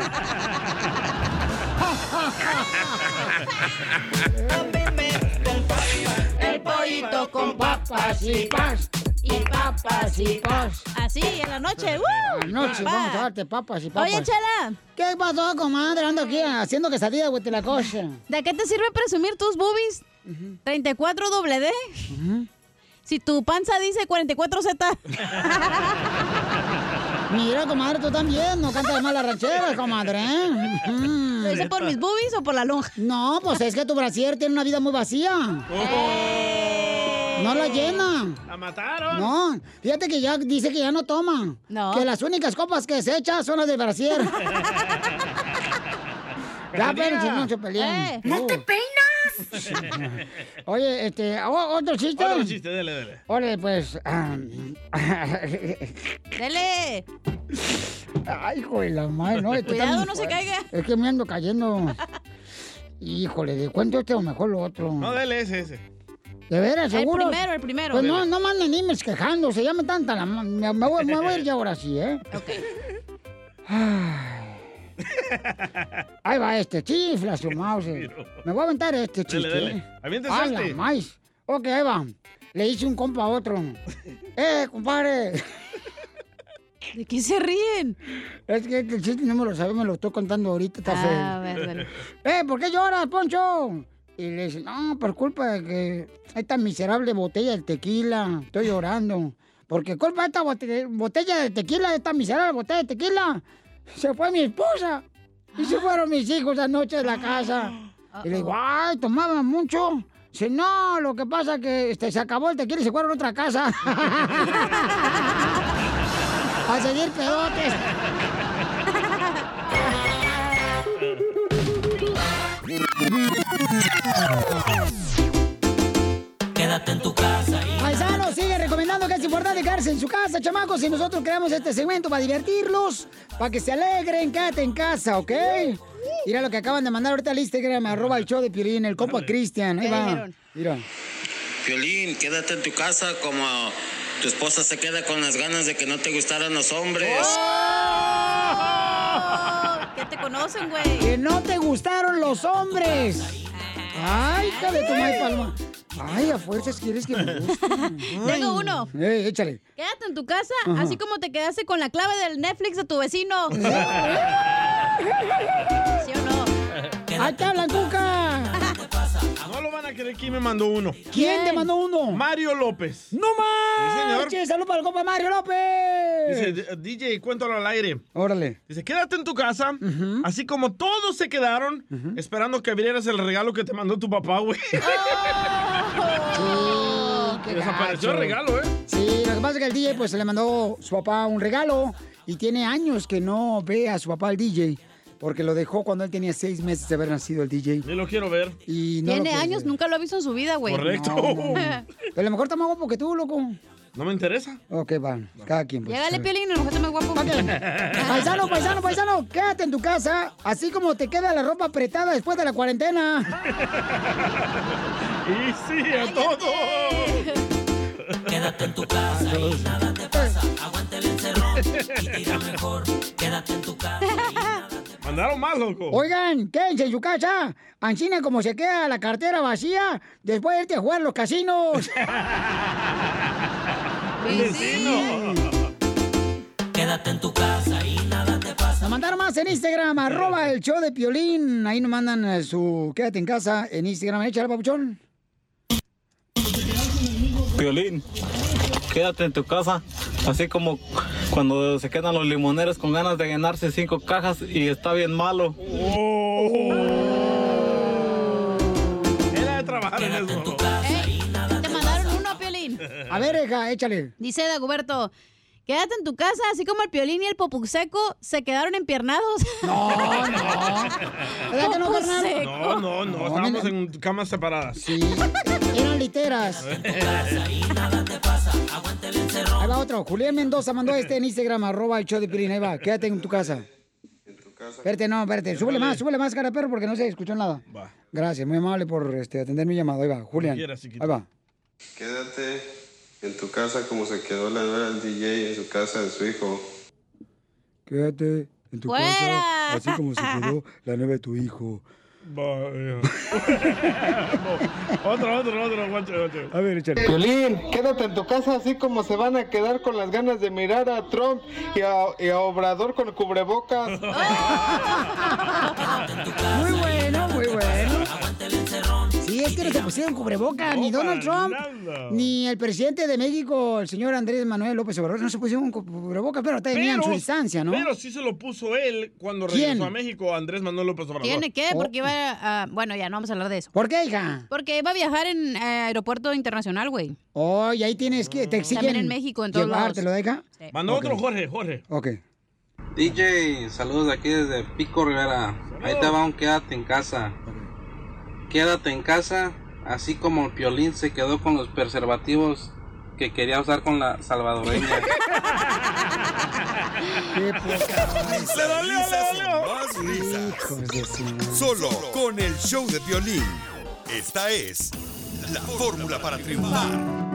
S6: El pollito con papas y paz, y papas y paz.
S7: Así, en la noche. ¡Uh!
S6: Anoche
S7: Pa.
S6: vamos a darte papas y papas.
S7: Oye, Chela,
S6: ¿Qué pasó, comadre? Ando aquí haciendo quesadilla, güey, la cosa.
S7: ¿de qué te sirve presumir tus boobies? treinta y cuatro doble D. Si tu panza dice cuarenta y cuatro Z.
S6: Mira, comadre, tú también, no cantas mal las rancheras, comadre, ¿eh?
S7: ¿Lo dice por mis boobies o por la lonja?
S6: No, pues es que tu brasier tiene una vida muy vacía. No la llena.
S5: ¡La mataron!
S6: No, fíjate que ya dice que ya no toma.
S7: No.
S6: Que las únicas copas que se echa son las de brasier. Ya, pero si no se pelean.
S7: Eh.
S6: ¡No te peinas! Oye, este, ¿o- ¿otro chiste?
S5: Otro chiste, dele, dele.
S6: Órale, pues. ah,
S7: Dele.
S6: Ay, hijo de la madre, no. este
S7: Cuidado,
S6: está muy
S7: no se
S6: fuerte.
S7: caiga.
S6: Es que me ando cayendo. Híjole, ¿de cuento este o mejor lo otro?
S5: No, dele ese, ese.
S6: ¿De veras,
S7: El
S6: seguro?
S7: primero, el primero.
S6: Pues no, no manden emails quejándose, ya me tanta la... ma- Me, me voy, me voy a ir ya ahora sí, ¿eh?
S7: Ok.
S6: Ay. Ahí va este, chifla su mouse. Me voy a aventar este chiste.
S5: Dele, dele.
S6: ¿eh?
S5: Aviéntese
S6: ¡A la
S5: este.
S6: maíz! Ok, ahí va. Le hice un compa a otro. ¡Eh, compadre!
S7: ¿De qué se ríen?
S6: Es que el chiste no me lo sabe, me lo estoy contando ahorita, está
S7: Ah,
S6: feo.
S7: a ver, dale.
S6: ¡Eh, ¿por qué lloras, Poncho? Y le dice, no, por culpa de que esta miserable botella de tequila, estoy llorando. Porque culpa de esta bote- botella de tequila, esta miserable botella de tequila, se fue mi esposa. Y se fueron mis hijos anoche de la casa. Y le digo, ay, ¿tomaban mucho? Dice, no, lo que pasa es que este, se acabó el tequila y se fueron a otra casa. A seguir pedotes.
S22: Quédate en tu casa y...
S6: Paisanos, sigue recomendando que es importante quedarse en su casa, chamacos. Y nosotros creamos este segmento para divertirlos, para que se alegren. Quédate en casa, ¿ok? Mira lo que acaban de mandar ahorita al Instagram, arroba el show de Piolín, el compa Cristian. Ahí
S7: ¿Qué
S6: va.
S7: dijeron?
S6: Mira.
S23: Piolín, quédate en tu casa como tu esposa se queda con las ganas de que no te gustaran los hombres.
S7: ¿Qué te conocen, güey?
S6: Que no te gustaron los hombres. Ay, hija de tu madre palma. Ay, a fuerzas quieres que me guste.
S7: Tengo uno.
S6: Eh, échale.
S7: Quédate en tu casa,
S6: Ajá.
S7: así como te quedaste con la clave del Netflix de tu vecino. ¿Sí o no?
S6: ¡Ahí te hablan, Cuca!
S5: No lo van a creer, ¿quién me mandó uno?
S6: ¿Quién te mandó uno?
S5: Mario López.
S6: ¡No más!
S5: Sí, señor.
S6: ¡Salud para el compa Mario López!
S5: Dice, D J, cuéntalo al aire.
S6: Órale.
S5: Dice, quédate en tu casa, así como todos se quedaron esperando que abrieras el regalo que te mandó tu papá, güey.
S6: Sí, qué
S5: Y desapareció
S6: gacho.
S5: el regalo, ¿eh?
S6: Sí, lo que pasa es que el D J pues le mandó su papá un regalo y tiene años que no ve a su papá el D J porque lo dejó cuando él tenía seis meses de haber nacido el D J.
S5: Ni lo quiero ver.
S6: Y no lo
S7: Tiene
S6: quiere
S7: años,
S6: ver.
S7: nunca lo ha visto en su vida, güey.
S5: Correcto.
S6: No, no, no. Pero a lo mejor está más guapo que tú, loco.
S5: No me interesa.
S6: Ok, va, cada quien. Pues.
S7: Llégale, Piolín, a lo mejor está más guapo.
S6: Ok. Paisano, paisano, paisano, quédate en tu casa, así como te queda la ropa apretada después de la cuarentena.
S5: Y sí, a todo.
S22: Quédate en tu casa y nada te pasa. Aguanta el encerrón y tira mejor. Quédate en tu casa y nada te pasa.
S5: Mandaron más, loco.
S6: Oigan, quédense en su casa. Ancina como se queda la cartera vacía después de irte a jugar a los casinos.
S22: Vecino. Quédate en tu casa y nada te pasa.
S6: Nos mandaron más en Instagram, arroba el show de Piolín. Ahí nos mandan eh, su quédate en casa en Instagram. Échale, papuchón.
S2: Piolín, quédate en tu casa. Así como cuando se quedan los limoneros con ganas de ganarse cinco cajas y está bien malo.
S5: Era de trabajar en eso.
S7: Eh, te mandaron uno, Piolín.
S6: A ver, hija, échale.
S7: Dice Dagoberto, quédate en tu casa, así como el Piolín y el Popuseco se quedaron empiernados.
S6: No, no. ¿Verdad que no, carnal?
S5: No, no, no, estábamos en camas separadas.
S6: Sí, eran literas. Ahí va otro. Julián Mendoza mandó este en Instagram, arroba el show de Piolín. Ahí va, quédate en tu casa. En tu casa. Espérate, no, espérate. Súbele más, súbele más, cara perro, porque no se escuchó nada. Va. Gracias, muy amable por este, atender mi llamado. Ahí va, Julián. Ahí va.
S4: Quédate en tu casa como se quedó la nueva del D J en su casa de su hijo.
S6: Quédate en tu
S7: ¡Fuera!
S6: casa, así como se quedó la nueva de tu hijo.
S5: Vaya. Otro, otro, otro, guacho, guacho.
S6: A ver, échale.
S8: Piolín, quédate en tu casa así como se van a quedar con las ganas de mirar a Trump y a, y a Obrador con el cubrebocas.
S6: Muy bueno, muy bueno. Sí, es que no se pusieron cubrebocas, ni Donald Trump, nada. Ni el presidente de México, el señor Andrés Manuel López Obrador, no se pusieron cubrebocas, pero tenían su distancia, ¿no?
S5: Pero sí se lo puso él cuando
S6: ¿Quién?
S5: regresó a México, Andrés Manuel López Obrador.
S7: ¿Tiene que?
S6: Oh.
S7: Porque iba a... Bueno, ya no vamos a hablar de eso.
S6: ¿Por qué, hija?
S7: Porque iba a viajar en eh, aeropuerto internacional, güey.
S6: Oh, y ahí tienes que... Te exigen
S7: También en México, en todos lados.
S6: ¿Te lo deja?
S7: Sí.
S5: Mandó
S6: Okay.
S5: otro Jorge, Jorge.
S6: Ok.
S2: D J, saludos aquí desde Pico Rivera. Ahí te va un quédate en casa. Quédate en casa, así como el Piolín se quedó con los preservativos que quería usar con la salvadoreña.
S6: Qué poca.
S3: Risas, risas y más risas. Solo con el show de Piolín. Esta es la fórmula para triunfar.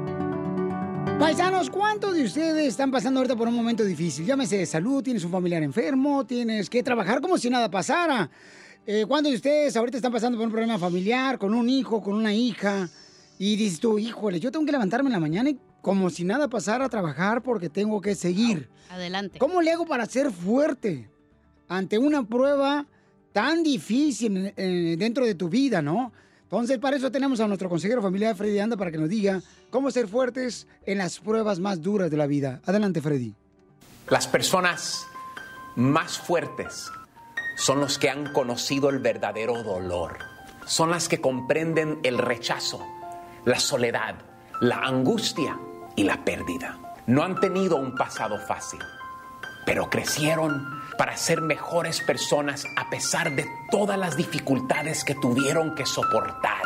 S6: Paisanos, ¿cuántos de ustedes están pasando ahorita por un momento difícil? Llámese de salud, tienes un familiar enfermo, tienes que trabajar como si nada pasara. Eh, ¿Cuántos de ustedes ahorita están pasando por un problema familiar, con un hijo, con una hija? Y dices tú, híjole, yo tengo que levantarme en la mañana y como si nada pasara a trabajar porque tengo que seguir.
S7: Adelante.
S6: ¿Cómo le hago para ser fuerte ante una prueba tan difícil eh, dentro de tu vida, no? Entonces, para eso tenemos a nuestro consejero familiar, Freddy Anda, para que nos diga cómo ser fuertes en las pruebas más duras de la vida. Adelante, Freddy.
S10: Las personas más fuertes son los que han conocido el verdadero dolor. Son las que comprenden el rechazo, la soledad, la angustia y la pérdida. No han tenido un pasado fácil, pero crecieron para ser mejores personas a pesar de todas las dificultades que tuvieron que soportar.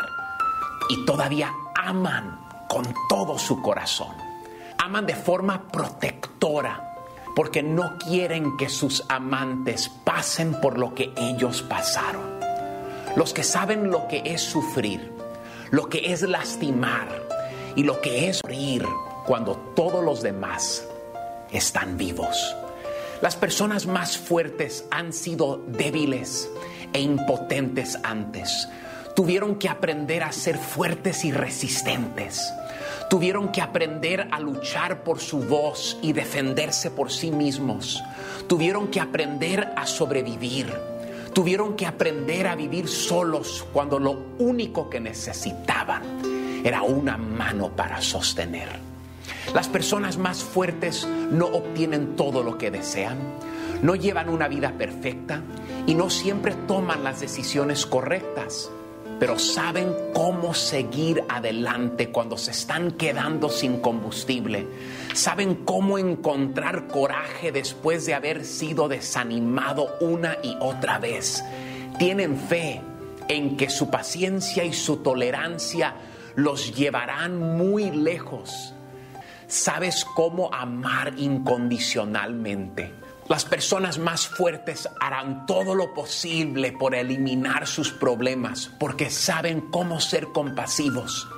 S10: Y todavía aman con todo su corazón. Aman de forma protectora porque no quieren que sus amantes pasen por lo que ellos pasaron. Los que saben lo que es sufrir, lo que es lastimar y lo que es morir cuando todos los demás están vivos. Las personas más fuertes han sido débiles e impotentes antes. Tuvieron que aprender a ser fuertes y resistentes. Tuvieron que aprender a luchar por su voz y defenderse por sí mismos. Tuvieron que aprender a sobrevivir. Tuvieron que aprender a vivir solos cuando lo único que necesitaban era una mano para sostener. Las personas más fuertes no obtienen todo lo que desean, no llevan una vida perfecta y no siempre toman las decisiones correctas, pero saben cómo seguir adelante cuando se están quedando sin combustible. Saben cómo encontrar coraje después de haber sido desanimado una y otra vez. Tienen fe en que su paciencia y su tolerancia los llevarán muy lejos. Sabes cómo amar incondicionalmente. Las personas más fuertes harán todo lo posible por eliminar sus problemas porque saben cómo ser compasivos.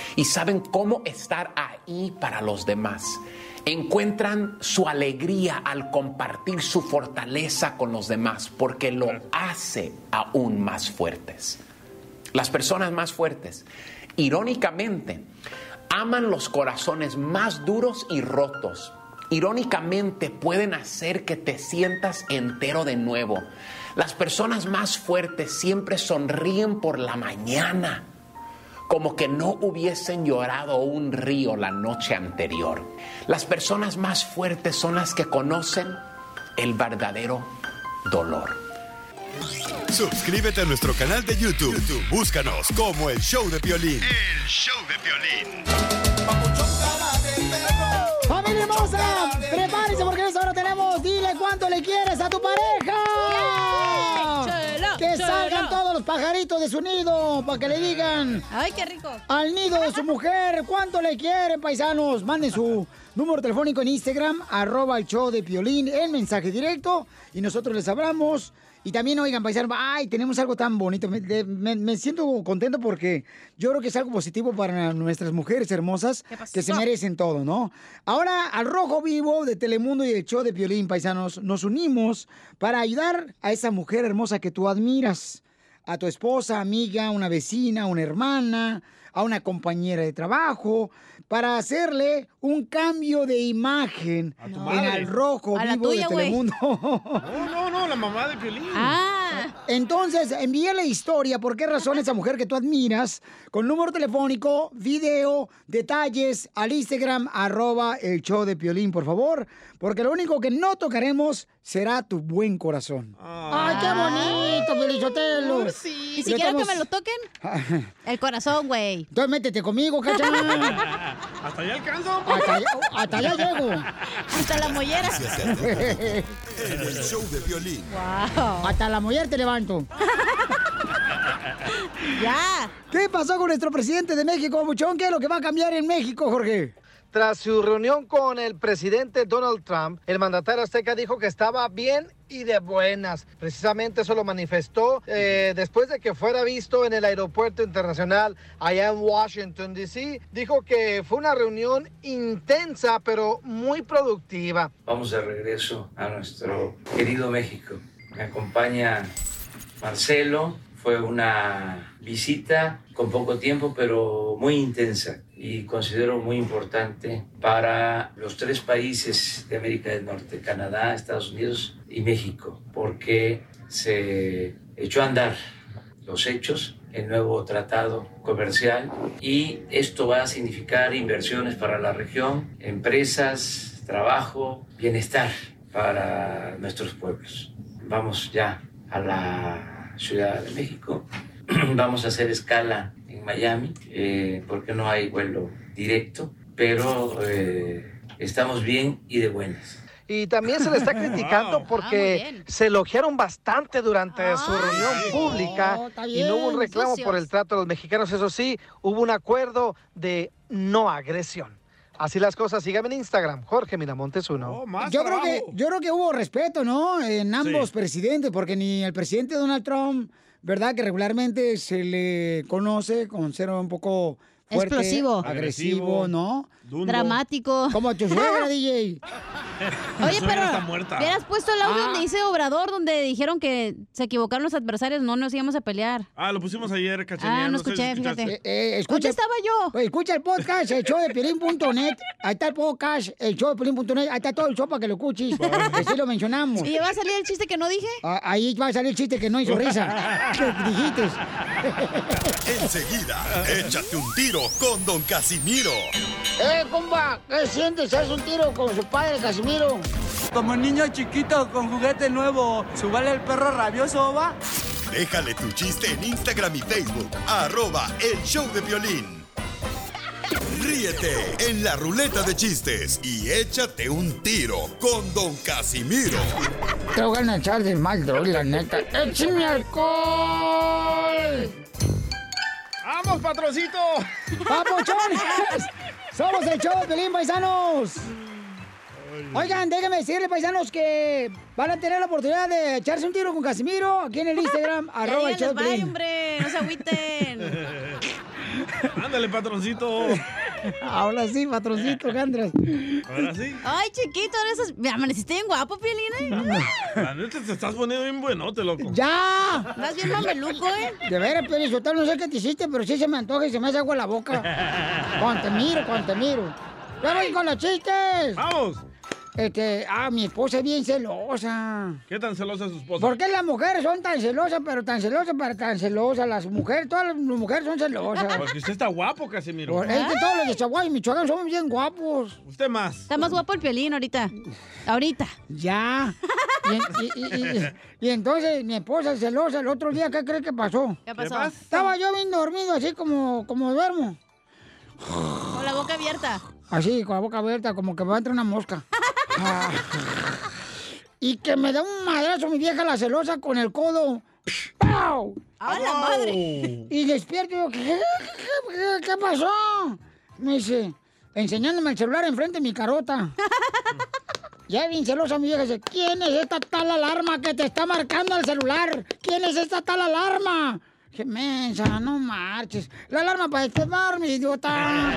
S10: y saben cómo estar ahí para los demás. Encuentran su alegría al compartir su fortaleza con los demás porque lo hace aún más fuertes. Las personas más fuertes, irónicamente, aman los corazones más duros y rotos. Irónicamente, pueden hacer que te sientas entero de nuevo. Las personas más fuertes siempre sonríen por la mañana, como que no hubiesen llorado un río la noche anterior. Las personas más fuertes son las que conocen el verdadero dolor.
S3: Suscríbete a nuestro canal de YouTube. YouTube. Búscanos como El Show de Piolín.
S22: El Show de Piolín.
S6: ¡Familia hermosa! ¡Prepárense porque en esta hora tenemos Dile Cuánto Le Quieres a tu pareja!
S7: Chela,
S6: ¡Que
S7: chela.
S6: salgan todos los pajaritos de su nido para que le digan!
S7: ¡Ay, qué rico!
S6: Al nido de su mujer, ¿cuánto le quieren, paisanos? Manden su número telefónico en Instagram, arroba el show de Piolín, en mensaje directo, y nosotros les hablamos. Y también, oigan, paisanos, ay, tenemos algo tan bonito. Me, de- me- me siento contento porque yo creo que es algo positivo para nuestras mujeres hermosas que se merecen todo, ¿no? Ahora, al Rojo Vivo de Telemundo y el show de Piolín, paisanos, nos unimos para ayudar a esa mujer hermosa que tú admiras. A tu esposa, amiga, una vecina, una hermana, a una compañera de trabajo, para hacerle un cambio de imagen
S5: A tu
S6: en
S5: madre.
S6: Al Rojo
S7: A la
S6: Vivo
S7: tuya,
S6: de
S7: güey.
S6: Telemundo.
S5: No, no, no, la mamá de Piolín.
S7: Ah.
S6: Entonces, envíe la historia, por qué razón esa mujer que tú admiras, con número telefónico, video, detalles, al Instagram, arroba el show de Piolín, por favor, porque lo único que no tocaremos será tu buen corazón. ¡Ay, qué bonito, Piolichotelo!
S7: ¿Y si quiero que me lo toquen? El corazón, güey.
S6: Entonces métete conmigo, cacha.
S5: ¿Hasta allá alcanzo?
S6: Hasta allá, hasta allá llego.
S7: Hasta la mollera.
S3: En el show de Piolín.
S7: Wow.
S6: Hasta la mujer te levanto.
S7: Ya.
S6: ¿Qué pasó con nuestro presidente de México, Buchón? ¿Qué es lo que va a cambiar en México, Jorge?
S8: Tras su reunión con el presidente Donald Trump, el mandatario azteca dijo que estaba bien y de buenas. Precisamente eso lo manifestó eh, después de que fuera visto en el aeropuerto internacional allá en Washington, D C Dijo que fue una reunión intensa, pero muy productiva.
S11: Vamos de regreso a nuestro querido México. Me acompaña Marcelo. Fue una visita con poco tiempo, pero muy intensa y considero muy importante para los tres países de América del Norte, Canadá, Estados Unidos y México, porque se echó a andar los hechos, el nuevo tratado comercial, y esto va a significar inversiones para la región, empresas, trabajo, bienestar para nuestros pueblos. Vamos ya a la Ciudad de México. Vamos a hacer escala en Miami, eh, porque no hay vuelo directo, pero eh, estamos bien y de buenas.
S8: Y también se le está criticando porque se elogiaron bastante durante su reunión pública
S6: está
S8: y no hubo un
S6: bien,
S8: reclamo
S6: sucios.
S8: por el trato de los mexicanos. Eso sí, hubo un acuerdo de no agresión. Así las cosas. Síganme en Instagram, Jorge Miramontes uno.
S6: Yo creo que yo creo que hubo respeto, ¿no? En ambos
S8: Sí.
S6: presidentes, porque ni el presidente Donald Trump, ¿verdad? Que regularmente se le conoce con ser un poco fuerte,
S7: Explosivo.
S6: agresivo, ¿no?
S5: Dundo.
S7: Dramático.
S6: Como tu suegra, D J.
S7: Oye,
S5: suegra
S7: pero
S5: está muerta.
S7: hubieras puesto el audio
S5: Ah.
S7: donde dice Obrador, donde dijeron que se equivocaron los adversarios, no nos íbamos a pelear.
S5: Ah, lo pusimos ayer, Cachanilla.
S7: Ah, no
S5: sé si
S7: escuché,
S5: escuchaste.
S7: fíjate.
S6: Eh, escucha,
S7: ¿Dónde estaba yo?
S6: Pues escucha el podcast, el show de Piolín punto net. Ahí está el podcast, el show de Piolín punto net. Ahí está todo el show para que lo escuches. Que sí lo mencionamos.
S7: ¿Y va a salir el chiste que no dije?
S6: Ah, ahí va a salir el chiste que no hizo risa. Que dijiste.
S3: Enseguida, échate un tiro con Don Casimiro.
S6: ¡Eh, compa! ¿Qué sientes? ¿Haz un tiro con su padre, Casimiro?
S14: Como niño chiquito con juguete nuevo, ¿subale el perro rabioso, va?
S3: Déjale tu chiste en Instagram y Facebook, arroba el show de Piolín. Ríete en la ruleta de chistes y échate un tiro con Don Casimiro.
S6: Te voy a echar de mal, droga, la neta. ¡Échame alcohol!
S5: ¡Vamos, patroncito!
S6: ¡Papuchones! ¡Somos el show de Piolín, paisanos! Oigan, déjenme decirles, paisanos, que van a tener la oportunidad de echarse un tiro con Casimiro aquí en el Instagram,
S7: Ya
S6: arroba el show
S7: díganles
S6: de
S7: bye,
S6: Piolín.
S7: hombre, no se agüiten.
S5: Ándale, patroncito.
S6: Ahora sí, patroncito, Gandras.
S5: Ahora sí.
S7: Ay, chiquito, eres... me amaneciste bien guapo, Piolín, ¿eh?
S5: La neta, te estás poniendo bien buenote, loco.
S6: ¡Ya!
S7: Estás bien mameluco, ¿eh?
S6: De veras, Piolín Sotelo, no sé qué te hiciste, pero sí se me antoja y se me hace agua en la boca. Cuando te miro, cuando te miro. ¡Ya voy con los chistes!
S5: ¡Vamos!
S6: Este, ah, mi esposa es bien celosa.
S5: ¿Qué tan celosa es su esposa?
S6: ¿Por qué las mujeres son tan celosas, pero tan celosas, pero tan celosas? Las mujeres, todas las mujeres son celosas.
S5: Porque usted está guapo, Casimiro.
S6: Por, es que todos los de Chihuahua y Michoacán somos bien guapos.
S5: Usted más.
S7: Está más guapo el Piolín ahorita. Ahorita.
S6: Ya. Y, y, y, y, y entonces mi esposa es celosa. El otro día, ¿qué cree que pasó?
S7: ¿Qué pasó?
S6: Estaba yo bien dormido, así como, como duermo.
S7: Con la boca abierta.
S6: Así, con la boca abierta, como que me va a entrar una mosca. Ah. Y que me da un madrazo mi vieja la celosa con el codo. ¡Pau!
S7: ¡A la madre!
S6: Y despierto y yo, ¿qué, qué, qué pasó? Me dice, enseñándome el celular enfrente de mi carota. Ya bien celosa mi vieja dice, ¿quién es esta tal alarma que te está marcando el celular? ¿Quién es esta tal alarma? Dije, mensa, no marches. La alarma para despertarme, idiota.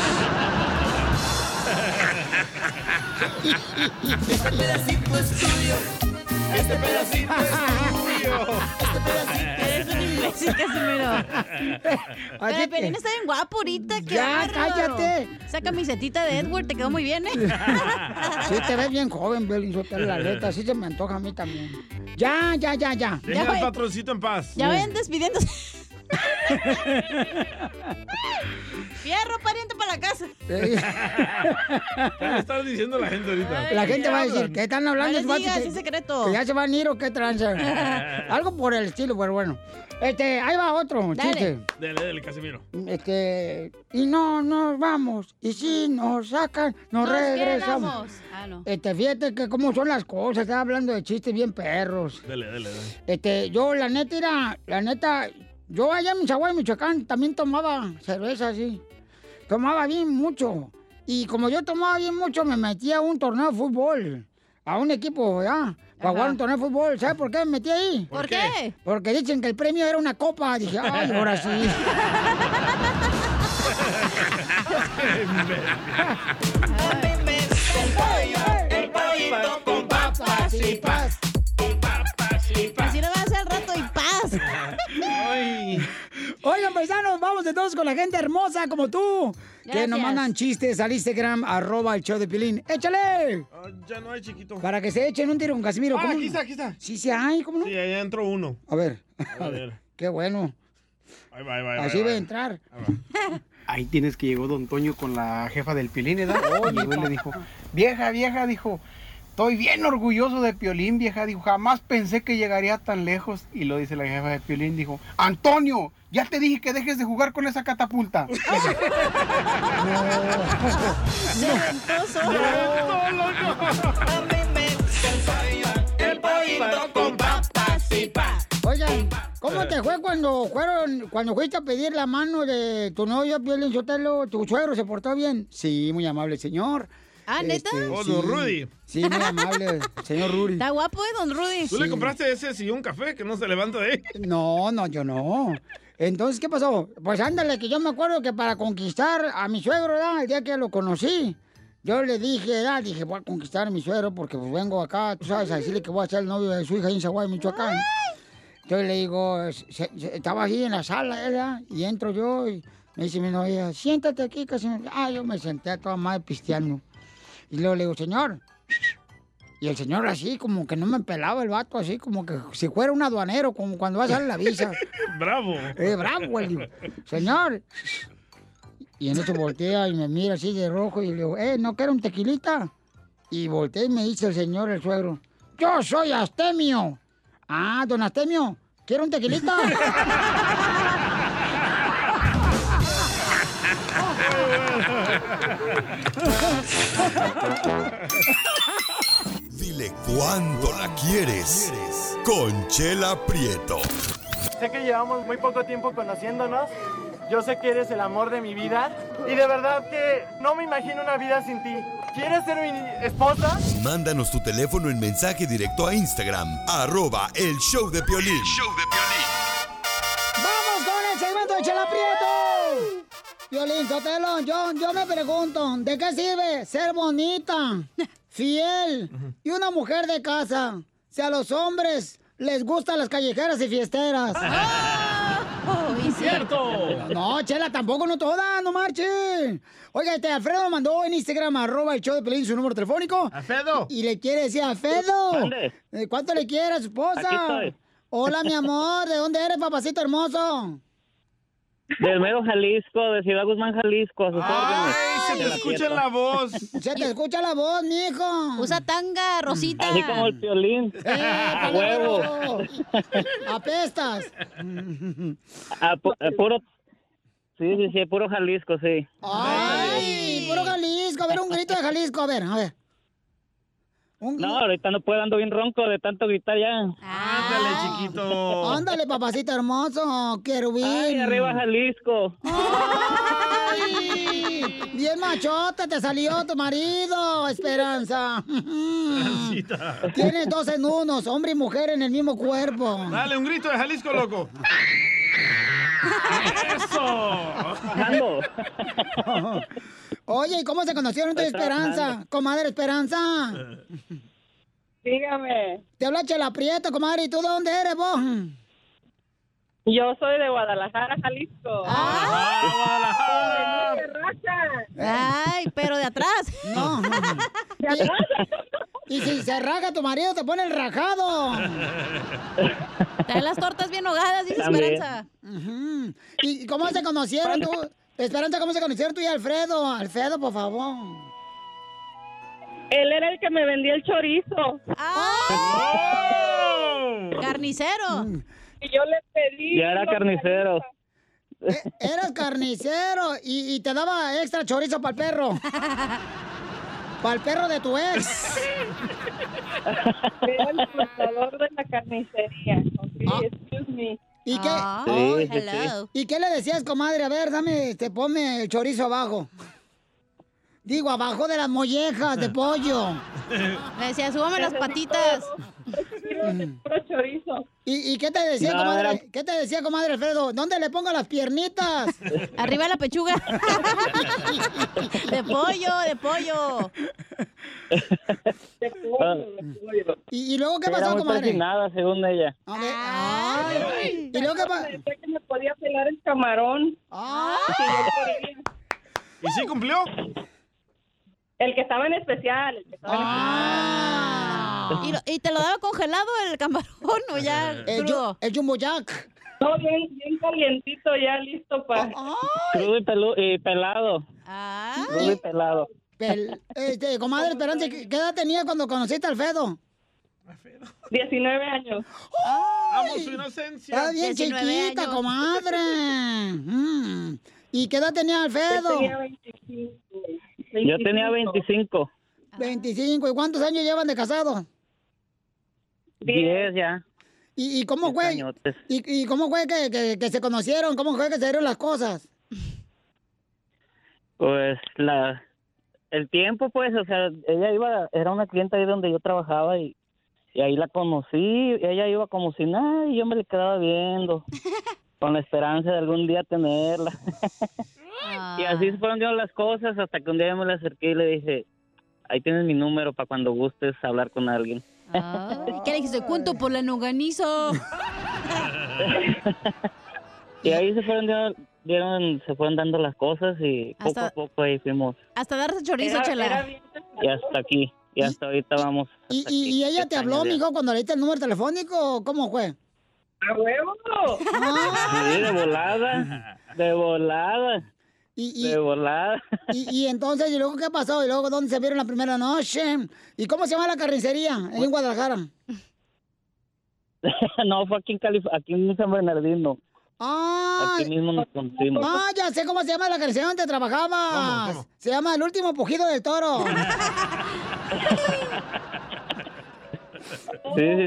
S22: Este pedacito es tuyo. Este pedacito es tuyo. Este pedacito
S7: Eres un imbécil, Casimiro. Pero el Piolín está bien guapo ahorita. ¡Qué
S6: Ya,
S7: bárbaro!
S6: cállate.
S7: Esa camisetita de Edward te quedó muy bien, ¿eh?
S6: Sí, te ves bien joven, Piolín Sotelo, la neta. Sí se me antoja a mí también. Ya, ya, ya, ya.
S5: Deja al patroncito en paz.
S7: Ya vayan despidiéndose. Fierro, pariente para la casa.
S5: ¿Qué le estás diciendo a la gente ahorita?
S6: La gente va a decir, ¿qué están hablando?
S7: No les digas,
S6: que,
S7: es secreto.
S6: que ya se van a ir o qué tranza. Algo por el estilo, pero bueno. Este, ahí va otro
S7: Dale.
S6: chiste.
S5: Dale, dale, Casimiro.
S6: Este, y no nos vamos. Y si nos sacan, nos,
S7: Nos
S6: regresamos.
S7: quedamos. Ah, no.
S6: Este, fíjate que cómo son las cosas. Estaba hablando de chistes bien perros.
S5: Dale, dale, dale.
S6: Este, yo, la neta, era, la neta, yo allá en Chihuahua, Michoacán, también tomaba cerveza, sí. Tomaba bien mucho. Y como yo tomaba bien mucho, me metí a un torneo de fútbol. A un equipo, ¿ya? Para jugar un torneo de fútbol. ¿Sabes por qué me metí ahí?
S7: ¿Por qué?
S6: Porque dicen que el premio era una copa. Dije, ay, ahora sí.
S22: el pollito con papas y paz.
S7: Así lo vas a hacer al rato y paz.
S6: Oigan, paisanos, vamos entonces con la gente hermosa como tú. Que
S7: Gracias.
S6: nos mandan chistes al Instagram, arroba el show de Piolín. ¡Échale!
S5: Ah, ya no hay, chiquito.
S6: Para que se echen un tiro con Casimiro.
S5: Ah,
S6: ¿Cómo?
S5: aquí está, aquí está.
S6: Sí, sí hay, ¿cómo no?
S5: Sí, allá entró uno.
S6: A ver.
S5: A ver.
S6: Qué bueno.
S5: Ahí va, ahí va, ahí va,
S6: Así
S5: ahí
S6: va a
S5: va.
S6: entrar.
S12: Ahí tienes que llegó Don Toño con la jefa del Piolín, ¿verdad? Llegó y le dijo, vieja, vieja, dijo, estoy bien orgulloso de Piolín, vieja. Dijo, jamás pensé que llegaría tan lejos. Y lo dice la jefa de Piolín, dijo, Antonio, ya te dije que dejes de jugar con esa catapulta.
S7: Se aventó solo.
S22: El pollito con papas y paz.
S6: Oigan, ¿cómo te fue cuando fueron, cuando fuiste a pedir la mano de tu novio, Piolín Sotelo? ¿Tu suegro se portó bien? Sí, muy amable, señor.
S7: Ah, ¿neta?
S5: Oh,
S6: sí,
S5: don Rudy.
S6: Sí, muy amable, señor Rudy.
S7: Está guapo, ¿eh, don Rudy?
S5: ¿Tú le compraste ese sillón café que no se levanta de ahí?
S6: No, no, yo no. Entonces, ¿qué pasó? Pues ándale, que yo me acuerdo que para conquistar a mi suegro, ¿verdad? El día que lo conocí, yo le dije, ¿verdad? Dije, voy a conquistar a mi suegro porque pues vengo acá, tú sabes, a decirle que voy a ser el novio de su hija en Zaguay, Michoacán. Entonces le digo, se- se- estaba ahí en la sala, ¿verdad? Y entro yo y me dice mi novia, siéntate aquí, casi. Ah, yo me senté a toda madre pisteando. Y luego le digo, señor. Y el señor así, como que no me pelaba el vato, así como que si fuera un aduanero, como cuando va a salir la visa.
S5: Bravo.
S6: Eh, bravo, güey. Digo, señor. Y en eso voltea y me mira así de rojo y le digo, eh, ¿no quiere un tequilita? Y voltea y me dice el señor, el suegro, yo soy Astemio. Ah, don Astemio, ¿quiere un tequilita?
S3: Dile cuándo la quieres. Conchela Prieto.
S17: Sé que llevamos muy poco tiempo conociéndonos. Yo sé que eres el amor de mi vida. Y de verdad que no me imagino una vida sin ti. ¿Quieres ser mi esposa?
S3: Mándanos tu teléfono en mensaje directo a Instagram, arroba el show de Piolín.
S6: ¡Vamos con el segmento de Chela Prieto! Violín Sotelo, yo, yo me pregunto, ¿de qué sirve ser bonita, fiel y una mujer de casa si a los hombres les gustan las callejeras y fiesteras?
S7: ¡Oh, y cierto!
S6: No, Chela, tampoco, no todas, no marchen. Oiga, este Alfredo lo mandó en Instagram, arroba el show de Pelín, su número telefónico.
S5: ¡Alfredo!
S6: Y le quiere decir, Alfredo,
S9: ¿Dónde?
S6: eh, ¿cuánto le quiere a su esposa?
S9: Aquí estoy.
S6: Hola, mi amor, ¿de dónde eres, papacito hermoso?
S9: Del mero Jalisco, de Ciudad Guzmán, Jalisco, a sus órdenes.
S5: ¡Ay, se te
S9: De la
S5: escucha
S9: tierra.
S5: la voz!
S6: Se te escucha la voz, mijo.
S7: Usa tanga, Rosita.
S9: Así como el Piolín.
S6: ¡Eh,
S9: A huevo.
S6: palabro! ¡Apestas!
S9: A, pu- a puro... Sí, sí, sí, puro Jalisco, sí.
S6: ¡Ay, puro Jalisco! A ver, un grito de Jalisco, a ver, a ver.
S9: No, ahorita no puedo, ando bien ronco de tanto gritar ya.
S5: Ándale, chiquito.
S6: Ándale, papacito hermoso, querubín.
S9: Ay, arriba Jalisco.
S6: ¡Ay! Bien machote te salió tu marido, Esperanza. Tienes dos en unos, hombre y mujer en el mismo cuerpo.
S5: Dale, un grito de Jalisco, loco. ¡Eso!
S9: Ando.
S6: Oye, ¿y cómo se conocieron tu
S9: Estoy
S6: Esperanza?
S9: trabajando.
S6: Comadre Esperanza.
S13: Dígame.
S6: Te habla Chela Prieto, comadre. ¿Y tú de dónde eres, vos?
S13: Yo soy de Guadalajara, Jalisco.
S5: ¡Ah,
S7: Ay, pero de atrás.
S6: No.
S13: ¿De atrás?
S6: Y, y si se raja tu marido, te pone el rajado.
S7: Trae las tortas bien ahogadas, dice
S9: También.
S7: Esperanza.
S6: Ujú. ¿Y cómo se conocieron tú? Esperanza, ¿cómo se conocieron tú y Alfredo? Alfredo, por favor.
S13: Él era el que me vendía el chorizo.
S7: ¡Ah! Carnicero.
S13: Y yo le pedí...
S9: Ya era
S13: los
S9: carnicero.
S6: Eh, Eras carnicero y, y te daba extra chorizo para el perro. Para el perro de tu ex.
S13: Era el frutador de la carnicería. Okay,
S6: Ah.
S13: excuse me.
S6: ¿Y qué,
S7: Ah,
S9: Sí, sí,
S7: hello.
S6: ¿Y qué le decías, comadre? A ver, dame, te ponme el chorizo abajo. Digo, abajo de las mollejas de pollo.
S7: Me decía, súbame las patitas.
S13: Puro chorizo.
S6: ¿Y, y qué te decía,
S9: No,
S6: comadre?
S9: era-
S6: ¿Qué te decía, comadre Alfredo? ¿Dónde le pongo las piernitas?
S7: Arriba de la pechuga. De pollo, de pollo.
S13: De pollo, de pollo.
S6: ¿Y, y luego qué
S9: Era
S6: pasó,
S9: muy
S6: comadre?
S9: persinada, según ella.
S6: A ver, ay. ¿Y luego qué pasó?
S13: Pensé que me podía pelar el camarón.
S6: Ay.
S13: Que yo quería.
S5: ¿Y sí cumplió?
S13: El que estaba en especial. El que estaba en
S6: Ah.
S7: ¿Y, lo- y te lo daba congelado el camarón o ya
S6: El,
S7: crudo?
S6: yu- el Jumbo Jack.
S13: especial. No, bien, bien calientito, ya listo para...
S6: Ay.
S9: Crudo y, pelu- y pelado.
S7: Ah,
S9: Crudo y pelado.
S6: Pel- este, comadre Esperanza, ¿qué qué edad tenía cuando conociste a Alfredo?
S13: diecinueve años.
S5: ¡Amo su inocencia!
S6: Está bien
S7: diecinueve
S6: chiquita,
S7: años.
S6: comadre. Mm. ¿Y qué edad tenía
S13: Yo
S6: Alfredo?
S13: tenía veinticinco.
S9: Yo tenía veinticinco.
S6: veinticinco. ¿Y cuántos años llevan de casados?
S9: diez ya.
S6: ¿Y, y cómo
S9: diez
S6: fue?
S9: añotes.
S6: ¿Y, y cómo fue que, que- que se conocieron? ¿Cómo fue que se dieron las cosas?
S9: Pues la el tiempo, pues, o sea, ella iba, era una clienta ahí donde yo trabajaba y, y ahí la conocí, ella iba como si nada y yo me le quedaba viendo con la esperanza de algún día tenerla. Y así se fueron dando las cosas hasta que un día yo me le acerqué y le dije, ahí tienes mi número para cuando gustes hablar con alguien.
S7: Ay, ¿qué le dijiste? Cuento por la longanizo.
S9: Y ahí se fueron dando, dieron, se fueron dando las cosas y poco
S7: Hasta-
S9: a poco ahí fuimos
S7: Hasta darse chorizo,
S13: Era,
S7: chela.
S13: era bien...
S9: y hasta aquí, y hasta ahorita vamos.
S6: ¿Y,
S9: hasta
S6: y,
S9: aquí,
S6: y ella
S9: siete
S6: te habló,
S9: años ya.
S6: mijo, cuando le diste el número telefónico? ¿O cómo fue?
S13: ¡A huevo!
S6: Ah,
S9: Sí, de volada, de volada,
S6: y, y,
S9: de volada.
S6: y, y entonces, ¿y luego qué pasó? ¿Y luego dónde se vieron la primera noche? ¿Y cómo se llama la carnicería? Ahí en Guadalajara.
S9: No, fue aquí en Calif- aquí en San Bernardino.
S6: Ah,
S9: Aquí mismo nos conocimos.
S6: ah, ya sé cómo se llama la carnicería donde trabajabas.
S5: ¿Cómo, cómo?
S6: Se llama El Último Pujido del Toro.
S9: Sí, sí.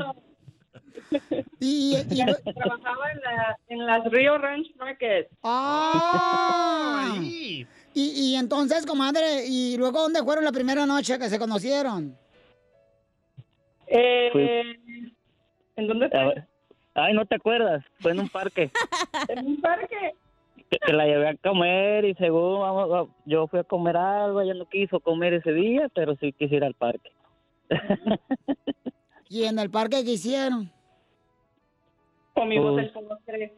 S6: y, y, y-
S13: Trabajaba en, la, en las Rio Ranch Market.
S6: ah,
S5: Ahí.
S6: y, y entonces, comadre, ¿y luego dónde fueron la primera noche que se conocieron?
S13: Eh,
S9: Fui-
S13: ¿En dónde
S9: A
S13: fue?
S9: ver. Ay, ¿no te acuerdas? Fue en un parque.
S13: En un parque.
S9: que, que la llevé a comer y según vamos, yo fui a comer algo, ella no quiso comer ese día, pero sí quise ir al parque.
S6: ¿Y en el parque qué hicieron?
S13: Comimos
S9: Pues-
S13: el postre.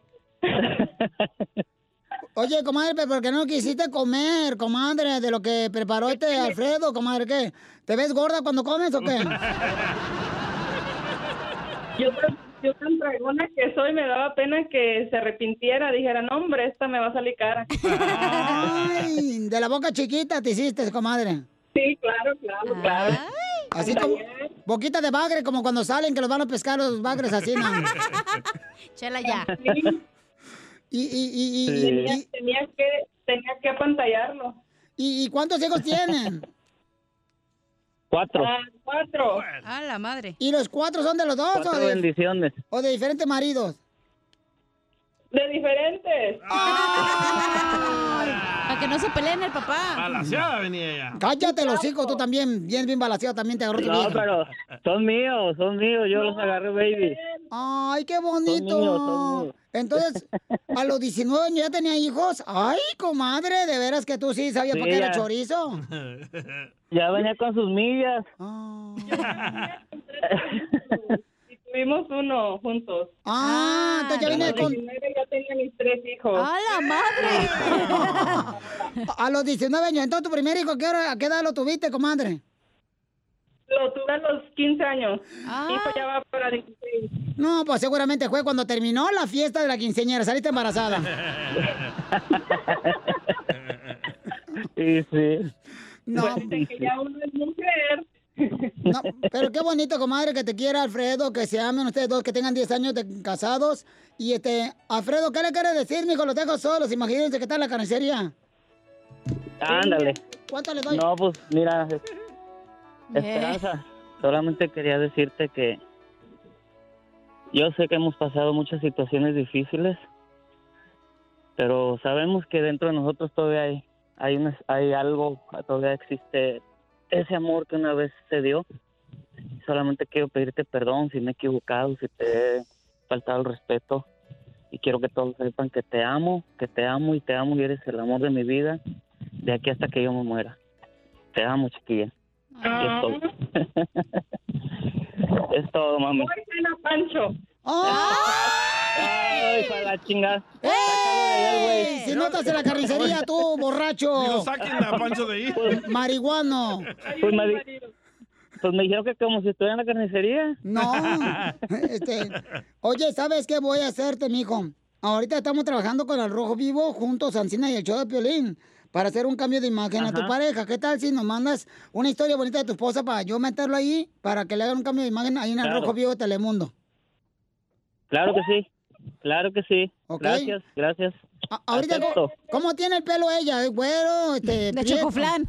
S6: Oye, comadre, ¿pero por qué no quisiste comer, comadre, de lo que preparó este Alfredo, comadre? ¿Qué? ¿Te ves gorda cuando comes o qué?
S13: Yo, yo tan dragona que soy, me daba pena que se arrepintiera. Dijera, no, hombre, esta me va a salir cara.
S6: Ay, de la boca chiquita te hiciste, comadre.
S13: Sí, claro, claro, claro.
S6: Así como boquita de bagre, como cuando salen que los van a pescar los bagres así, ¿no?
S7: Chela ya.
S6: Y, y, y, y,
S13: Sí.
S6: y-
S13: Tenía,
S6: y-
S13: tenía que, tenía que apantallarlo.
S6: ¿y- y cuántos hijos tienen?
S9: Cuatro.
S13: Ah, cuatro.
S7: A la madre.
S6: ¿Y los cuatro son de los dos o
S9: Cuatro
S6: de,
S9: bendiciones.
S6: o de diferentes maridos?
S13: De diferentes.
S7: Para que no se peleen el papá.
S5: Balaseada venía ella.
S6: Cállate los hijos, tú también, bien, bien balaseado, también te agarró tu
S9: No,
S6: vieja.
S9: pero son míos, son míos, yo los agarré, baby.
S6: Ay, qué
S9: Son
S6: bonito.
S9: míos, son míos.
S6: Entonces, a los diecinueve años ya tenía hijos. Ay, comadre, de veras que tú sí sabías
S9: Sí,
S6: por qué era
S9: ya.
S6: chorizo.
S9: Ya venía con sus millas.
S13: Y tuvimos uno juntos.
S6: Ah, entonces ya
S13: A
S6: vine
S13: los
S6: con...
S13: diecinueve ya tenía mis tres hijos.
S6: ¡A la madre! A los diecinueve años. Entonces, tu primer hijo, ¿a qué, hora- a qué edad lo tuviste, comadre?
S13: Lo tuve a los quince años.
S6: Ah.
S13: Hijo ya va para dieciséis.
S6: No, pues seguramente fue cuando terminó la fiesta de la quinceañera. Saliste embarazada.
S9: Sí, sí.
S6: No.
S13: Pues dicen que ya uno es mujer.
S6: No, pero qué bonito, comadre, que te quiera Alfredo, que se amen ustedes dos, que tengan diez años de casados. Y este, Alfredo, ¿qué le quiere decir, mijo? Los dejo solos, imagínense que está en la carnicería.
S9: Ándale.
S6: ¿Cuánto le doy?
S9: No, pues mira, Esperanza, solamente quería decirte que yo sé que hemos pasado muchas situaciones difíciles, pero sabemos que dentro de nosotros todavía hay, hay, una, hay algo, todavía existe ese amor que una vez se dio. Solamente quiero pedirte perdón si me he equivocado, si te he faltado el respeto. Y quiero que todos sepan que te amo, que te amo y te amo y eres el amor de mi vida de aquí hasta que yo me muera. Te amo, chiquilla. Y es todo. Es todo, mami.
S13: Muy buena, Pancho.
S9: Ay, para la chingada.
S6: ¡Ey! Si no estás en la carnicería, tú, borracho.
S5: Digo, saquen a Pancho de ahí.
S6: Marihuano.
S9: Pues me, di- pues me dijeron que como si estuviera en la carnicería.
S6: No. Este, oye, ¿sabes qué voy a hacerte, mijo? Ahorita estamos trabajando con el Rojo Vivo juntos, Ancina y el show de Piolín, para hacer un cambio de imagen a tu
S9: Ajá.
S6: pareja. ¿Qué tal si nos mandas una historia bonita de tu esposa para yo meterlo ahí, para que le hagan un cambio de imagen ahí en el
S9: Claro.
S6: Rojo Vivo de Telemundo?
S9: Claro que sí. Claro que sí.
S6: Ok.
S9: Gracias, gracias.
S6: A- ahorita,
S9: Acepto.
S6: ¿cómo, cómo tiene el pelo ella? ¿Es güero? Este,
S7: De
S6: prieto?
S7: chocoflán.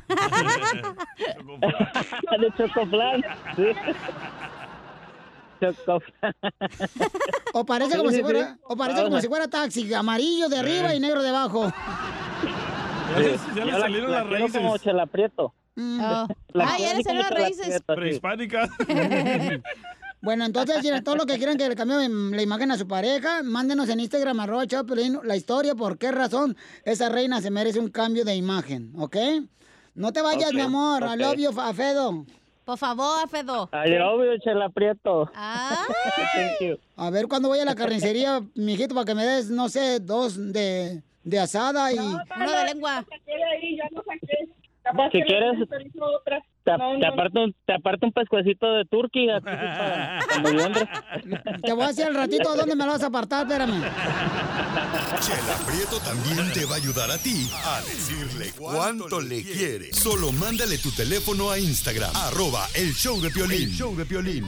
S9: De chocoflán. Sí. Chocoflán.
S6: O parece
S9: Sí,
S6: como
S9: sí,
S6: si fuera,
S9: sí.
S6: o parece como
S9: Ahora.
S6: si fuera taxi, amarillo de arriba y negro de abajo.
S5: Ya le- ya le
S9: Yo la-
S5: salieron
S9: la
S5: las
S9: quiero
S5: raíces.
S9: como Chela Prieto.
S6: Mm.
S7: Oh.
S9: La
S7: Ah, ya
S9: quiero
S7: le
S9: como
S7: salieron las
S9: Chela
S7: raíces.
S9: Prieto, sí.
S5: Prehispánica.
S6: Bueno, entonces, si todo lo que quieran que le cambie la imagen a su pareja, mándenos en Instagram, arroba Chavo Piolín, la historia, por qué razón esa reina se merece un cambio de imagen, ¿ok? No te vayas,
S9: Ok,
S6: mi amor. I
S9: ok.
S6: love you, Afedo.
S7: Por favor, Fedo.
S9: Ay, obvio, Chela Prieto.
S7: Ah,
S9: Thank you.
S6: A ver, cuando voy a la carnicería, mijito, para que me des, no sé, dos de, de asada y...
S7: uno de lengua.
S13: Saqué de ahí, ya no saqué. Capaz
S9: Si
S13: que
S9: quieres-
S13: me autorizó otra.
S9: Te,
S13: No,
S9: te
S13: no.
S9: aparto, un- te aparto un pescuecito de turkey a ti para, para noviembre.
S6: Te voy a decir al ratito a dónde me lo vas a apartar, espérame.
S3: Chela Prieto también te va a ayudar a ti a decirle cuánto le quiere. Solo mándale tu teléfono a Instagram, arroba el show de Piolín. El show de Piolín.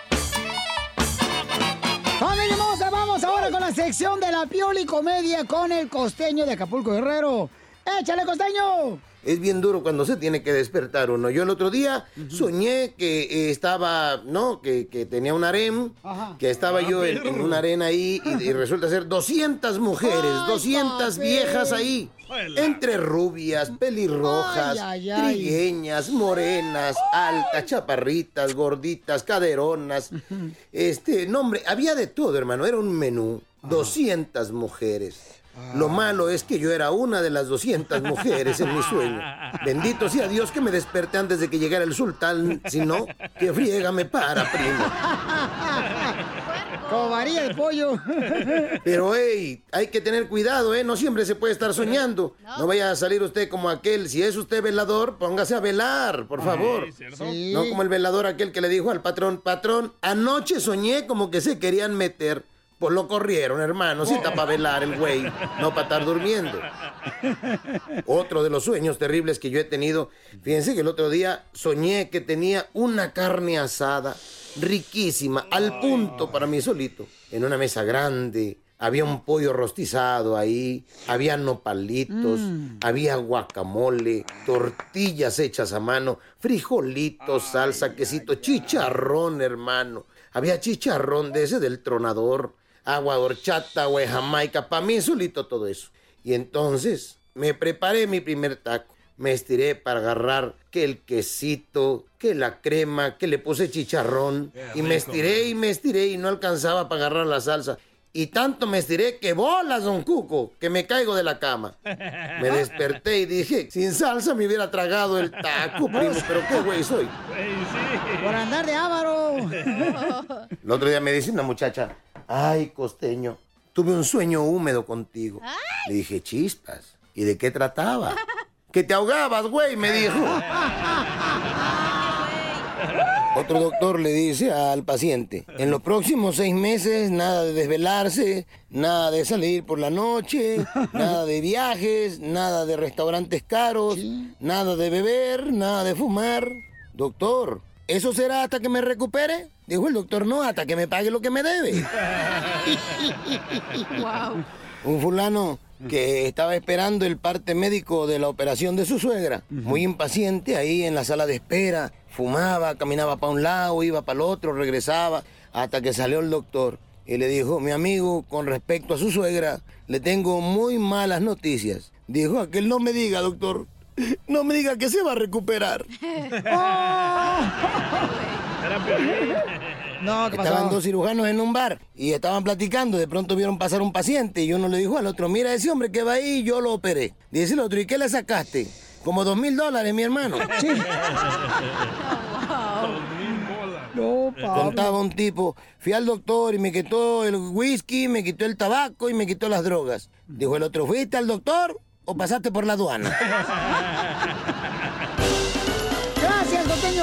S6: ¡Familia hermosa! Vamos ahora con la sección de la Pioli Comedia con el costeño de Acapulco, Guerrero. ¡Échale, costeño!
S21: Es bien duro cuando se tiene que despertar uno. Yo el otro día soñé que eh, estaba, ¿no? Que, que tenía un harem,
S6: Ajá.
S21: que estaba yo en, en una arena ahí y, y resulta ser doscientas mujeres,
S6: Ay,
S21: doscientas
S6: papi.
S21: viejas ahí. Entre rubias, pelirrojas,
S6: Ay, ay, ay.
S21: trigueñas, morenas, altas, chaparritas, gorditas, caderonas. Este, no, hombre, había de todo, hermano. Era un menú. doscientas mujeres. Lo malo es que yo era una de las doscientas mujeres en mi sueño. Bendito sea Dios que me desperté antes de que llegara el sultán, si no, que friega me para, primo.
S6: Como varilla de pollo.
S21: Pero, hey, hay que tener cuidado, ¿eh? No siempre se puede estar soñando. No vaya a salir usted como aquel. Si es usted velador, póngase a velar, por favor.
S6: Sí.
S21: No como el velador aquel que le dijo al patrón, patrón, anoche soñé como que se querían meter. Pues lo corrieron, hermano. Sí está para velar el güey, no para estar durmiendo. Otro de los sueños terribles que yo he tenido, fíjense que el otro día soñé que tenía una carne asada riquísima, al punto para mí solito, en una mesa grande. Había un pollo rostizado ahí, había nopalitos, mm. había guacamole, tortillas hechas a mano, frijolitos, salsa, quesito, chicharrón, hermano. Había chicharrón de ese del tronador, agua de horchata, agua de Jamaica, para mí solito todo eso. Y entonces me preparé mi primer taco. Me estiré para agarrar que el quesito, que la crema, que le puse chicharrón. Y me estiré y me estiré y no alcanzaba para agarrar la salsa. Y tanto me estiré que bolas, don Cuco, que me caigo de la cama. Me desperté y dije, sin salsa me hubiera tragado el taco, primo, pero qué güey soy.
S6: Por andar de avaro.
S21: El otro día me dice una muchacha, ay, costeño, tuve un sueño húmedo contigo. Ay. Le dije, chispas, ¿y de qué trataba? Que te ahogabas, güey, me dijo. Otro doctor le dice al paciente, en los próximos seis meses nada de desvelarse, nada de salir por la noche, nada de viajes, nada de restaurantes caros, nada de beber, nada de fumar. Doctor, ¿eso será hasta que me recupere? Dijo el doctor, no, hasta que me pague lo que me debe.
S7: Wow.
S21: Un fulano que estaba esperando el parte médico de la operación de su suegra, muy impaciente ahí en la sala de espera, fumaba, caminaba para un lado, iba para el otro, regresaba, hasta que salió el doctor y le dijo, mi amigo, con respecto a su suegra, le tengo muy malas noticias. Dijo, aquel no me diga, doctor, no me diga que se va a recuperar.
S6: No, ¿qué pasó?
S21: Estaban dos cirujanos en un bar y estaban platicando. De pronto vieron pasar un paciente y uno le dijo al otro, mira ese hombre que va ahí, yo lo operé. Dice el otro, ¿y qué le sacaste? Como dos mil dólares, mi hermano. Sí.
S6: No,
S21: contaba un tipo, fui al doctor y me quitó el whisky, me quitó el tabaco y me quitó las drogas. Dijo el otro, ¿fuiste al doctor o pasaste por la aduana?
S6: Gracias, costeño.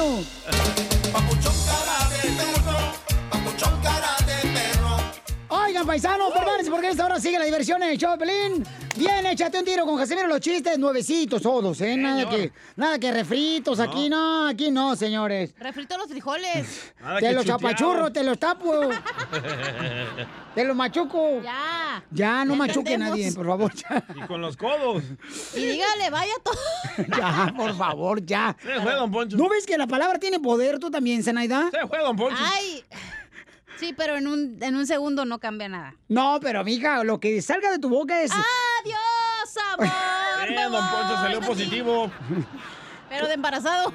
S6: Oigan, paisanos, prepárense porque esta hora sigue la diversión en el show de Pelín. Bien, échate un tiro con Casimiro, los chistes nuevecitos todos, ¿eh? Nada que, nada que refritos no. Aquí, no, aquí no, señores.
S7: Refrito los frijoles.
S6: Nada te los chapachurros, te los tapo. Te los machuco.
S7: Ya.
S6: Ya, no
S7: ya
S6: machuque a
S7: entendemos.
S6: nadie, por favor, ya.
S5: Y con los codos.
S7: Y dígale, vaya todo.
S6: Ya, por favor, ya.
S5: Se fue, don Poncho.
S6: ¿No ves que la palabra tiene poder tú también, Zenaida?
S5: Se fue, don Poncho.
S7: Ay. Sí, pero en un, en un segundo no cambia nada.
S6: No, pero mija, lo que salga de tu boca es...
S7: ¡Adiós, amor!
S5: Bien, don Poncho salió positivo.
S7: Pero de embarazado.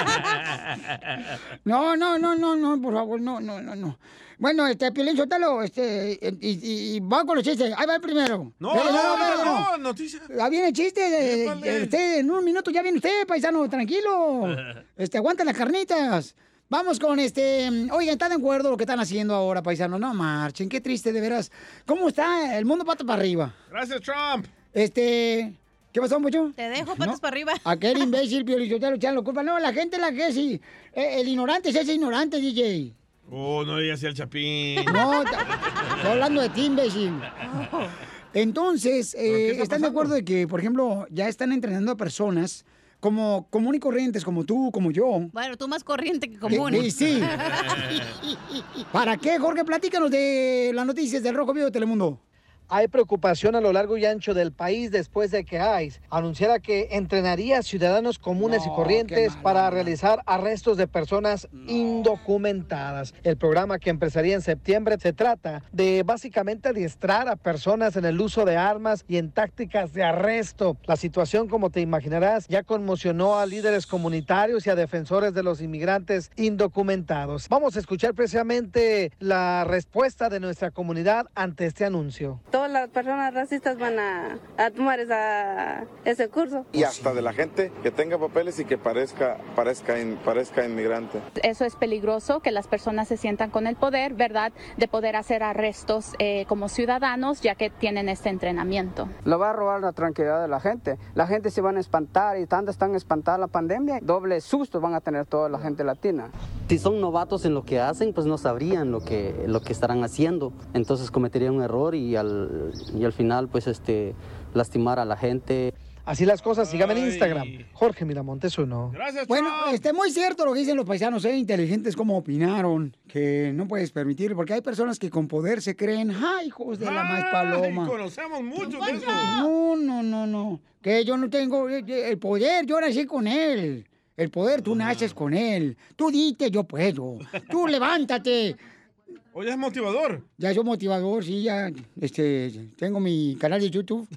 S6: No, no, no, no, no, por favor, no, no, no, no. Bueno, este, Piolín, suéltalo, este, y, y, y va con los chistes. Ahí va el primero.
S5: No,
S6: Pero,
S5: no, no,
S6: no,
S5: no, noticia.
S6: Ya viene el chiste. De, de usted, en un minuto ya viene usted, paisano, tranquilo. Este, aguanta las carnitas. Vamos con este... Oigan, ¿están de acuerdo lo que están haciendo ahora, paisano? No marchen, qué triste, de veras. ¿Cómo está el mundo pata para arriba?
S5: Gracias, Trump.
S6: Este... ¿Qué pasó, Pocho?
S7: Te dejo patas
S6: ¿No?
S7: para arriba.
S6: Aquel imbécil, Piolichotelo, echan la culpa. No, la gente la que sí. Eh, el ignorante es ese ignorante, D J.
S5: Oh, no digas el Chapín.
S6: No, estoy hablando de ti, imbécil. Entonces, eh, ¿están de acuerdo de que, por ejemplo, ya están entrenando a personas como común y corrientes, como tú, como yo?
S7: Bueno, tú más corriente que común.
S6: Sí, sí. ¿Para qué, Jorge? Platícanos de las noticias del Rojo Vivo de Telemundo.
S8: Hay preocupación a lo largo y ancho del país después de que ICE anunciara que entrenaría a ciudadanos comunes
S6: No,
S8: y corrientes
S6: qué
S8: para
S6: mala.
S8: realizar arrestos de personas no. indocumentadas. El programa que empezaría en septiembre se trata de básicamente adiestrar a personas en el uso de armas y en tácticas de arresto. La situación, como te imaginarás, ya conmocionó a líderes comunitarios y a defensores de los inmigrantes indocumentados. Vamos a escuchar precisamente la respuesta de nuestra comunidad ante este anuncio.
S16: todas las personas racistas van a, a tomar esa, ese curso.
S18: Y hasta de la gente que tenga papeles y que parezca, parezca, in, parezca inmigrante.
S19: Eso es peligroso, que las personas se sientan con el poder, ¿verdad?, de poder hacer arrestos eh, como ciudadanos, ya que tienen este entrenamiento.
S24: Lo va a robar la tranquilidad de la gente. La gente se van a espantar y tanto están espantada la pandemia, doble susto van a tener toda la gente latina.
S25: Si son novatos en lo que hacen, pues no sabrían lo que, lo que estarán haciendo. Entonces cometerían un error y al, y al final, pues, este, lastimar a la gente.
S8: Así las cosas, sígame en Instagram, Jorge Miramontes uno.
S5: Gracias,
S6: Bueno, este, muy cierto lo que dicen los paisanos, ¿eh? Inteligentes como opinaron, que no puedes permitir, porque hay personas que con poder se creen, ¡ay, hijos de la más paloma!
S5: Conocemos mucho de eso.
S6: No, no, no, no, que yo no tengo el poder, yo nací con él. El poder, tú naces con él. Tú dite, yo puedo. Tú levántate.
S5: Oye, es motivador.
S6: Ya soy motivador, sí, ya este, tengo mi canal de YouTube.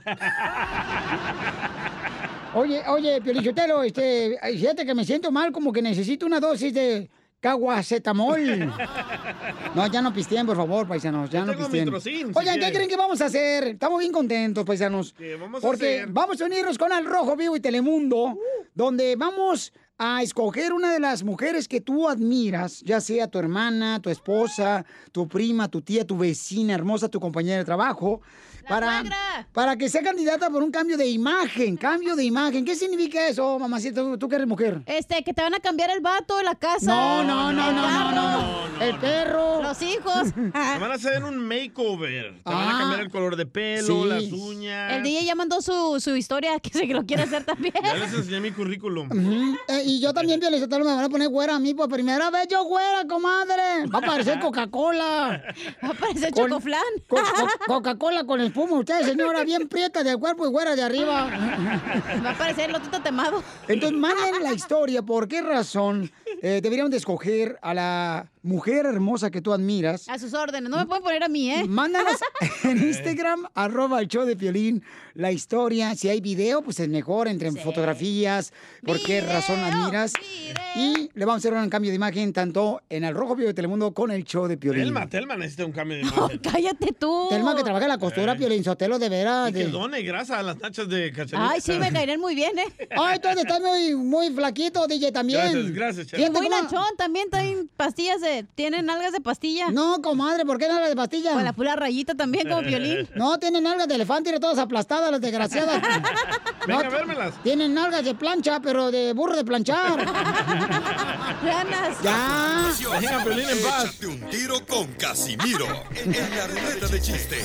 S6: Oye, oye, Piolichotelo, este, fíjate que me siento mal, como que necesito una dosis de caguacetamol. No, ya no pisteen, por favor, paisanos, ya
S5: Yo
S6: no
S5: tengo
S6: pisteen.
S5: Mitrocin, si
S6: Oigan, ¿qué
S5: quieren.
S6: creen que vamos a hacer? Estamos bien contentos, paisanos.
S5: ¿Qué vamos a
S6: Porque
S5: hacer?
S6: vamos a unirnos con Al Rojo Vivo y Telemundo, donde vamos a escoger una de las mujeres que tú admiras, ya sea tu hermana, tu esposa, tu prima, tu tía, tu vecina hermosa, tu compañera de trabajo, para, para que sea candidata por un cambio de imagen, cambio de imagen. ¿Qué significa eso, mamacita? ¿Tú, tú que eres mujer?
S7: Este, que te van a cambiar el vato, la casa.
S6: No, no, no,
S7: el
S6: no,
S7: carro,
S6: no, no. El perro.
S7: Los hijos.
S5: Te van a hacer un makeover. Te van a cambiar el color de pelo,
S6: sí.
S5: las uñas.
S7: El D J ya mandó su, su historia, que se lo quiere hacer también.
S5: Ya les enseñé mi currículum.
S6: Ujú. Eh, y yo también, Piolizotelo, me van a poner güera a mí por primera vez. Yo güera, comadre. Va a parecer Coca-Cola.
S7: Va a parecer
S6: Con-
S7: Chocoflan.
S6: Co- co- Coca-Cola con espuma. Usted, señora, bien prieta del cuerpo y güera de arriba.
S7: Va a parecer lotito temado.
S6: Entonces, manden la historia. ¿Por qué razón eh, deberíamos de escoger a la mujer hermosa que tú admiras?
S7: A sus órdenes. No me pueden poner a mí, ¿eh?
S6: Mándanos en Instagram, arroba el show de Piolín, la historia. Si hay video, pues es mejor, entre fotografías, por qué razón admiras. Y le vamos a hacer un cambio de imagen tanto en El Rojo Vivo de Telemundo con el show de Piolín.
S5: Telma, Telma necesita un cambio de imagen.
S7: Cállate tú.
S6: Telma, que trabaja en la costura,
S5: Eh.
S6: Piolín Sotelo, de veras.
S5: Y que
S6: de-
S5: done grasa a las nachas de Cachanilla.
S7: Ay, sí, me caerían muy bien, ¿eh?
S6: Ay, tú estás muy, muy flaquito, D J, también.
S5: Gracias, gracias, chef.
S6: Fíjate
S7: Muy
S6: cómo-
S7: nachón, también traen pastillas de... Tienen algas de pastilla.
S6: No, comadre, ¿por qué nalgas de pastilla?
S7: Con la pura rayita también, como Piolín.
S6: No, tienen nalgas de elefante y todas aplastadas, las desgraciadas.
S5: Venga
S6: No,
S5: a vérmelas.
S6: Tienen nalgas de plancha, pero de burro de planchar.
S7: Ganas.
S6: Ya.
S5: Dejen a Piolín en paz.
S3: Échate un tiro con Casimiro en la ruleta de chistes.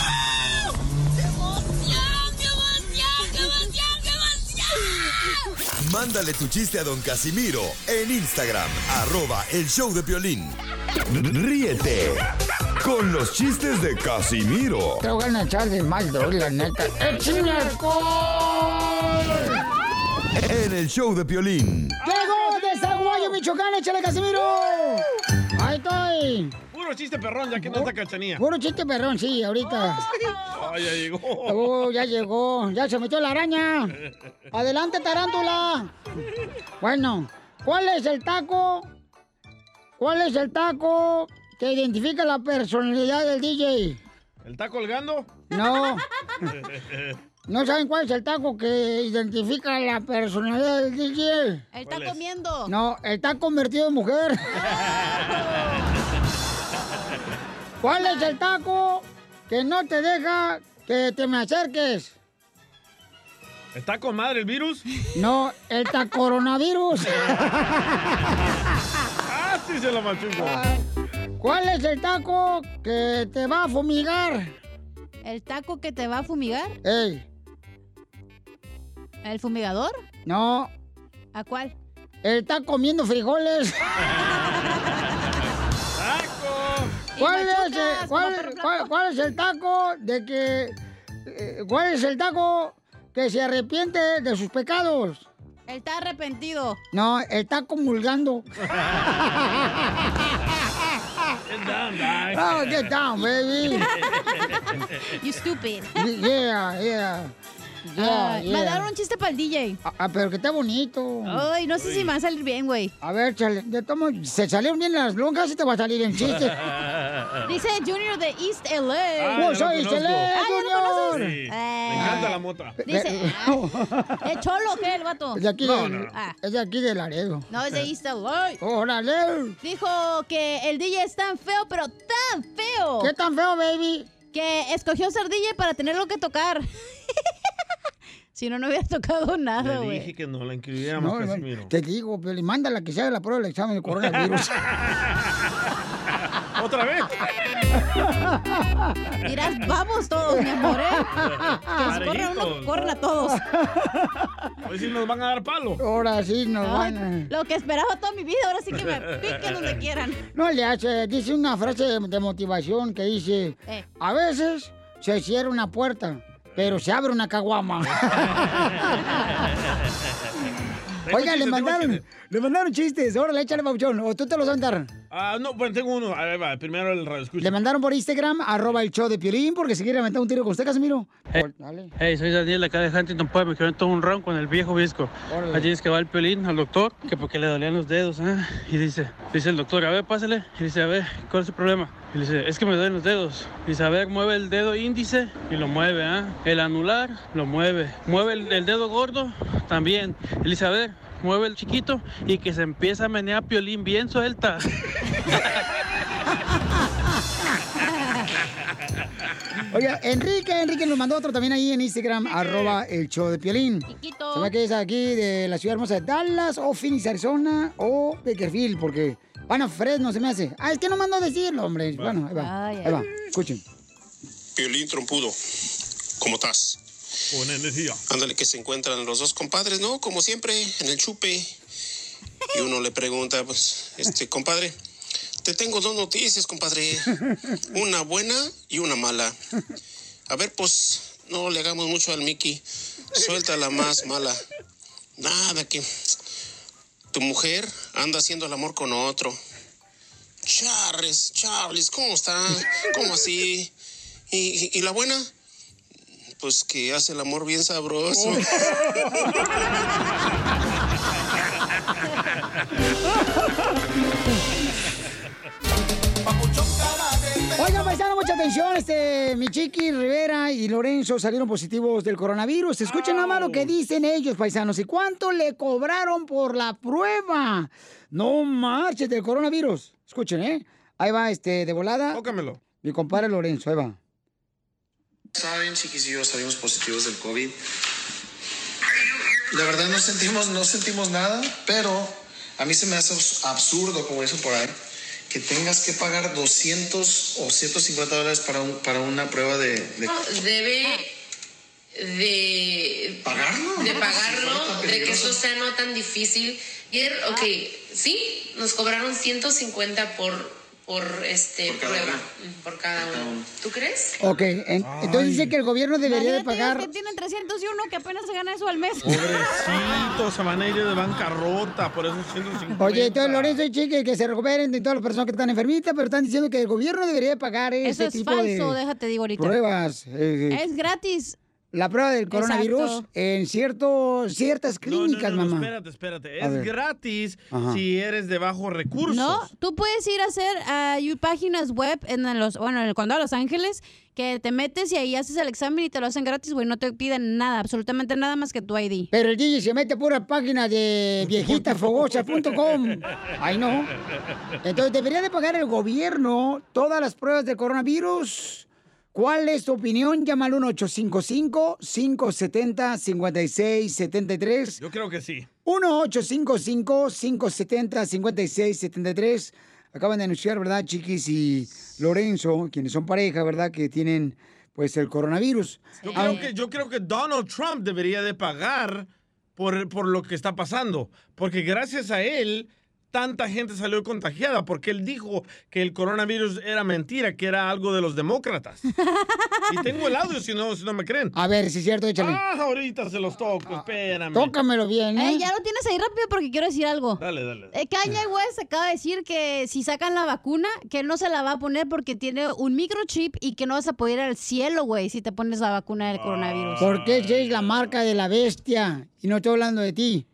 S3: Mándale tu chiste a don Casimiro en Instagram, arroba el show de Piolín. Ríete con los chistes de Casimiro
S6: Te voy a echar de mal, droga, la neta. ¡Échame alcohol!
S3: en el show de Piolín.
S6: ¡Llegó de Zaguayo, Michoacán! ¡Échale, Casimiro! ¡Ahí estoy!
S5: Puro chiste perrón, ya que no está Cachanilla.
S6: Puro chiste perrón, sí, ahorita.
S5: Oh, ya llegó.
S6: Oh, ya llegó. Ya se metió la araña. Adelante, tarántula. Bueno, ¿cuál es el taco? ¿Cuál es el taco que identifica la personalidad del D J?
S5: ¿El está colgando?
S6: No. ¿No saben cuál es el taco que identifica la personalidad del D J?
S7: Él está comiendo.
S6: No, el taco convertido en mujer. ¿Cuál es el taco que no te deja que te me acerques?
S5: ¿Está con madre el virus?
S6: No, el tacoronavirus.
S5: ¡Ah, sí se lo machuco!
S6: ¿Cuál es el taco que te va a fumigar?
S7: ¿El taco que te va a fumigar?
S6: Ey,
S7: ¿El fumigador?
S6: no,
S7: ¿A cuál?
S6: él está comiendo frijoles. ¿Cuál es, el, cuál, cuál- cuál es el taco de que... eh, ¿Cuál es el taco que se arrepiente de sus pecados?
S7: Él está arrepentido.
S6: No, él está comulgando.
S5: Get down, guys.
S6: Oh, get down, baby.
S7: You stupid.
S6: Yeah, yeah.
S7: Ah,
S6: Yeah, yeah.
S7: Mandaron un chiste para el D J.
S6: Ah, pero que está bonito.
S7: Ay, no sé si me va a salir bien, güey.
S6: A ver, chale, de tomo, se salieron bien las longas y te va a salir en chiste.
S7: Dice Junior de East L A.
S5: Ah,
S6: ¡Vos
S5: ya
S6: soy
S5: lo
S6: East L A,
S7: Ah, ¿ya lo
S6: Junior!
S7: conoces?
S5: Sí,
S7: Eh.
S5: me encanta la mota.
S7: Dice, ah, ¿es cholo o qué el vato?
S6: Es de aquí,
S5: No,
S6: de,
S5: no.
S7: Ah.
S6: es de aquí de Laredo.
S7: No, es de East L A.
S6: ¡Órale!
S7: Dijo que el D J es tan feo, pero tan feo.
S6: ¿Qué tan feo, baby?
S7: Que escogió ser D J para tenerlo que tocar. Si no, no hubiera tocado nada,
S5: Le
S7: güey.
S5: dije que no la inscribiéramos,
S6: No, no,
S5: Casimiro.
S6: te digo, pero mándala que se haga la prueba del examen de coronavirus.
S5: ¿Otra vez?
S7: Dirás, vamos todos, mi amor, ¿eh? Que se corran uno, corren a todos.
S5: Hoy sí nos van a dar palo.
S6: Ahora sí nos
S7: No,
S6: van a...
S7: Lo que esperaba toda mi vida, ahora sí que me piquen donde quieran.
S6: No le hace, dice una frase de, de motivación que dice,
S7: Eh.
S6: a veces se cierra una puerta, pero se abre una caguama. Oiga, le mandaron, le mandaron chistes. Órale, échale, Pauchón. ¿O tú te los vas a mandar?
S5: Ah, no, bueno, tengo uno. A ver, va, primero el radio escucha.
S6: Le mandaron por Instagram, arroba el show de Piolín, porque se quiere aventar un tiro con usted, Casimiro.
S1: Hey,
S6: Dale.
S1: hey, soy Daniel acá de Huntington Park, me quedé todo un round con el viejo Visco.
S6: Órale.
S1: Allí es que va el Piolín al doctor, que porque le dolían los dedos, ¿eh? Y dice, dice el doctor, a ver, pásale. Y dice, a ver, ¿cuál es el problema? Y le dice, es que me duelen los dedos. Y dice, a ver, mueve el dedo índice y lo mueve, ¿ah? ¿eh? El anular lo mueve. Mueve el, el dedo gordo también. Y le dice, a ver, mueve el chiquito y que se empieza a menear Piolín bien suelta.
S6: Oiga, Enrique, Enrique nos mandó otro también ahí en Instagram, arroba el show de Piolín.
S7: Chiquito.
S6: Se ve que es aquí de la ciudad hermosa de Dallas, o Phoenix, Arizona, o Bakersfield, porque van a Fresno, se me hace. Ah, es que no mandó a decirlo, hombre. Bueno, ahí va,
S7: Ay,
S6: ahí
S7: ay.
S6: va, escuchen.
S4: Piolín Trompudo, ¿cómo estás?
S5: Con energía.
S4: Ándale, que se encuentran los dos compadres, ¿no? Como siempre, en el chupe. Y uno le pregunta, pues, este, compadre, te tengo dos noticias, compadre. Una buena y una mala. A ver, pues, no le hagamos mucho al Mickey. Suelta la más mala. Nada, que tu mujer anda haciendo el amor con otro. Charles, Charles, ¿cómo está? ¿Cómo así? ¿Y, y, y la buena? Pues que hace el amor bien sabroso.
S6: Oigan, paisano, mucha atención. Este, mi Chiqui Rivera y Lorenzo salieron positivos del coronavirus. Escuchen nada más lo que dicen ellos, paisanos. ¿Y cuánto le cobraron por la prueba? No marches del coronavirus. Escuchen, ¿eh? Ahí va, este, de volada.
S5: Tócamelo.
S6: Mi compadre Lorenzo, ahí va.
S15: Saben, chiquis y yo salimos positivos del COVID. La verdad no sentimos, no sentimos nada, pero a mí se me hace absurdo, como dicen por ahí, que tengas que pagar doscientos o ciento cincuenta dólares para, un, para una prueba de... de...
S20: Debe de...
S15: ¿Pagarlo?
S20: De
S15: ¿no?
S20: pagarlo,
S15: Si fuera tan
S20: de que
S15: peligroso.
S20: esto sea no tan difícil. Ayer, ok, sí, nos cobraron ciento cincuenta por... por este
S15: Por cada
S20: prueba,
S15: uno.
S20: mm, por cada uno. ¿Tú crees?
S6: Ok, en- entonces dice que el gobierno debería de
S7: Imagínate,
S6: pagar...
S7: usted tienen trescientos y uno que apenas se gana eso al mes.
S5: Pobrecitos, se van a ir de bancarrota por esos ciento cincuenta.
S6: Oye, entonces Lorenzo y Chiqui, que se recuperen de todas las personas que están enfermitas, pero están diciendo que el gobierno debería de pagar
S7: Eso
S6: ese
S7: es
S6: tipo
S7: falso,
S6: de
S7: déjate digo ahorita.
S6: pruebas. eh,
S7: Es gratis.
S6: La prueba del coronavirus
S7: Exacto.
S6: en cierto, ciertas clínicas,
S5: no, no, no,
S6: mamá.
S5: espérate, espérate.
S6: A
S5: Es
S6: ver.
S5: gratis
S6: Ajá.
S5: si eres de bajos recursos.
S7: No, tú puedes ir a hacer ah, y páginas web en los, bueno, en el condado de Los Ángeles, que te metes y ahí haces el examen y te lo hacen gratis, güey, no te piden nada, absolutamente nada más que tu I D.
S6: Pero el D J se mete a pura página de viejitasfogosas punto com. Ay, no. Entonces, ¿debería de pagar el gobierno todas las pruebas del coronavirus? ¿Cuál es tu opinión? Llama al uno ocho cinco cinco, cinco siete cero, cinco seis siete tres.
S5: Yo creo que sí.
S6: uno ocho cinco cinco, cinco siete cero, cinco seis siete tres. Acaban de anunciar, ¿verdad, Chiquis y Lorenzo, quienes son pareja, ¿verdad?, que tienen, pues, el coronavirus.
S5: Yo creo, que, yo creo que Donald Trump debería de pagar por, por lo que está pasando. Porque gracias a él, tanta gente salió contagiada? Porque él dijo que el coronavirus era mentira, que era algo de los demócratas. Y tengo el audio si no, si no me creen.
S6: A ver, si es cierto, échale.
S5: Ah, ahorita se los toco, espérame.
S6: Tócamelo bien, ¿eh?
S7: Eh, ya lo tienes ahí rápido porque quiero decir algo.
S5: Dale, dale.
S7: Eh, Kanye West acaba de decir que si sacan la vacuna, que él no se la va a poner porque tiene un microchip y que no vas a poder ir al cielo, güey, si te pones la vacuna del coronavirus.
S6: Porque esa es la marca de la bestia y no estoy hablando de ti.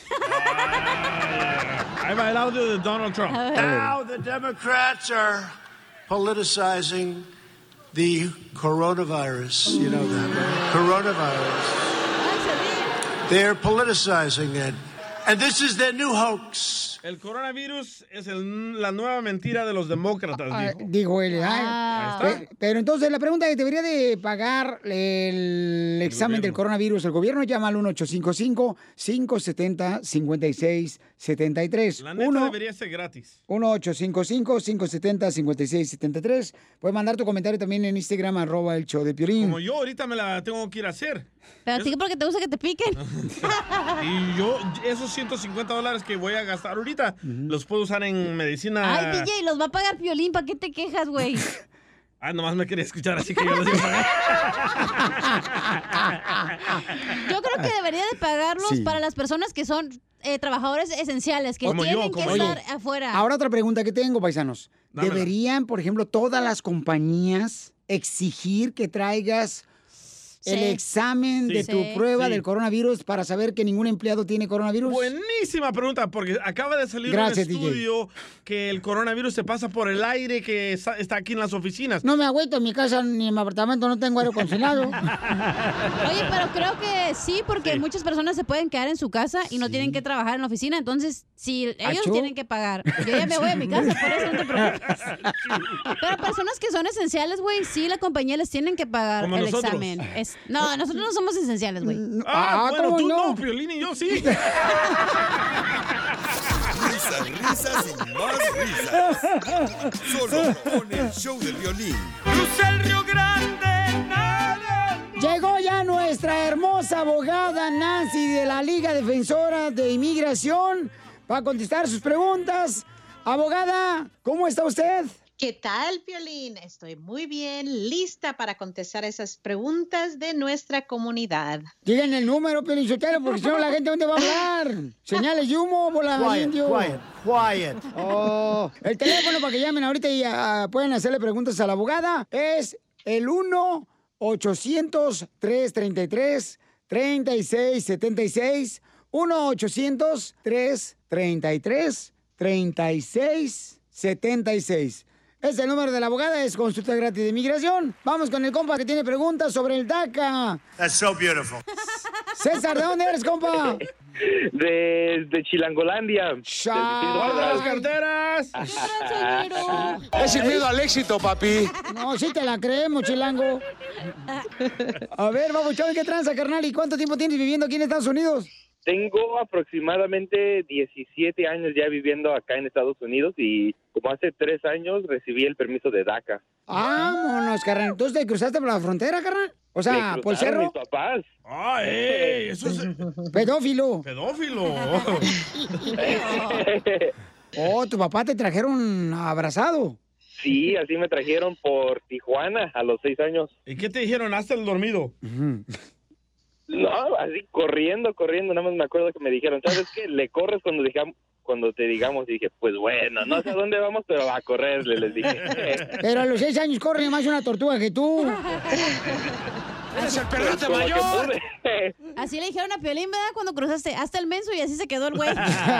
S5: Ahí va el audio de Donald Trump.
S2: Now the Democrats are politicizing the coronavirus. You know that, right? Coronavirus. They're politicizing it. And this is their new hoax.
S5: El coronavirus es el- la nueva mentira de los demócratas,
S6: Ah,
S5: dijo.
S6: dijo él.
S5: Ah.
S6: Ay, pe- Pero entonces la pregunta es, ¿debería de pagar el examen del coronavirus el gobierno? Llama al uno ocho cinco cinco, cinco siete cero, cinco seis siete tres.
S5: La neta debería ser gratis.
S6: uno ocho cinco cinco, cinco siete cero, cinco seis siete tres. Puedes mandar tu comentario también en Instagram, arroba el show de Piolín.
S5: Como yo ahorita me la tengo que ir a hacer.
S7: Pero a ti porque te gusta que te piquen.
S5: Y yo, esos ciento cincuenta dólares que voy a gastar ahorita, los puedo usar en medicina.
S7: Ay, D J, los va a pagar Piolín, ¿para qué te quejas, güey?
S5: Ah, nomás me quería escuchar, así que yo los iba a pagar.
S7: Yo creo que debería de pagarlos
S6: Sí.
S7: para las personas que son eh, trabajadores esenciales, que
S6: Como yo,
S7: tienen
S6: como
S7: que
S6: yo.
S7: estar afuera.
S6: Ahora otra pregunta que tengo, paisanos.
S7: Dámela.
S6: ¿Deberían, por ejemplo, todas las compañías exigir que traigas el
S5: Sí.
S6: examen de
S5: Sí.
S6: tu
S5: Sí.
S6: prueba
S5: Sí.
S6: del coronavirus para saber que ningún empleado tiene coronavirus?
S5: Buenísima pregunta, porque acaba de salir
S6: Gracias,
S5: un
S6: D J.
S5: estudio que el coronavirus se pasa por el aire que está está aquí en las oficinas.
S6: No me agüito, en mi casa ni en mi apartamento no tengo aire acondicionado.
S7: Oye, pero creo que sí, porque muchas personas se pueden quedar en su casa y no tienen que trabajar en la oficina. Entonces, si ellos
S6: Achú.
S7: tienen que pagar. Yo ya me voy a mi casa, por eso no te preocupes. Pero personas que son esenciales, güey, sí, la compañía les tienen que pagar
S5: Como
S7: el
S5: nosotros.
S7: examen. Es- no, nosotros no somos esenciales, güey.
S5: Ah, bueno,
S6: ¿cómo
S5: tú
S6: no?
S5: no, Piolín y yo sí.
S3: Risas, risas y más risas. Solo con el show de violín.
S2: Cruza el Río Grande,
S6: Llegó ya nuestra hermosa abogada Nancy de la Liga Defensora de Inmigración para contestar sus preguntas. Abogada, ¿cómo está usted?
S10: ¿Qué tal, Piolín? Estoy muy bien, lista para contestar esas preguntas de nuestra comunidad.
S6: Digan el número, Pelichotero, porque si no la gente ¿dónde va a hablar? Señales de humo, bola
S2: Quiet,
S6: indio.
S2: quiet, quiet.
S6: Oh, el teléfono para que llamen ahorita y ah, pueden hacerle preguntas a la abogada es el uno ochocientos, trescientos treinta y tres, treinta y seis setenta y seis. uno ochocientos, trescientos treinta y tres, treinta y seis setenta y seis. Es el número de la abogada, es consulta gratis de inmigración. Vamos con el compa que tiene preguntas sobre el DACA.
S2: That's so beautiful.
S6: César, ¿de dónde eres, compa?
S11: De, de Chilangolandia. del Distrito Federal.
S5: carteras!
S6: Es sin miedo al éxito, papi. No, sí te la creemos, chilango. A ver, vamos, chaval, ¿qué tranza, carnal? ¿Y cuánto tiempo tienes viviendo aquí en Estados Unidos?
S11: Tengo aproximadamente diecisiete años ya viviendo acá en Estados Unidos y como hace tres años recibí el permiso de DACA.
S6: Vámonos, carnal. ¿Entonces te cruzaste por la frontera, carnal? O sea,
S11: Me
S6: por el
S11: cruzaron
S6: cerro.
S11: mis papás.
S5: ¡Ah, ey! Eso es...
S6: Pedófilo.
S5: Pedófilo.
S6: Oh, tu papá te trajeron abrazado.
S11: Sí, así me trajeron por Tijuana a los seis años.
S5: ¿Y qué te dijeron? Hasta el dormido.
S11: No, así corriendo, corriendo. Nada más me acuerdo que me dijeron, ¿sabes qué? Le corres cuando digamos, cuando te digamos. Y dije, pues bueno, no sé a dónde vamos, pero a correrle, les dije.
S6: Pero a los seis años corre más una tortuga que tú.
S2: ¡Eres el
S11: perrote mayor!
S7: Así le dijeron a Piolín, ¿verdad? Cuando cruzaste hasta el menso y así se quedó el güey.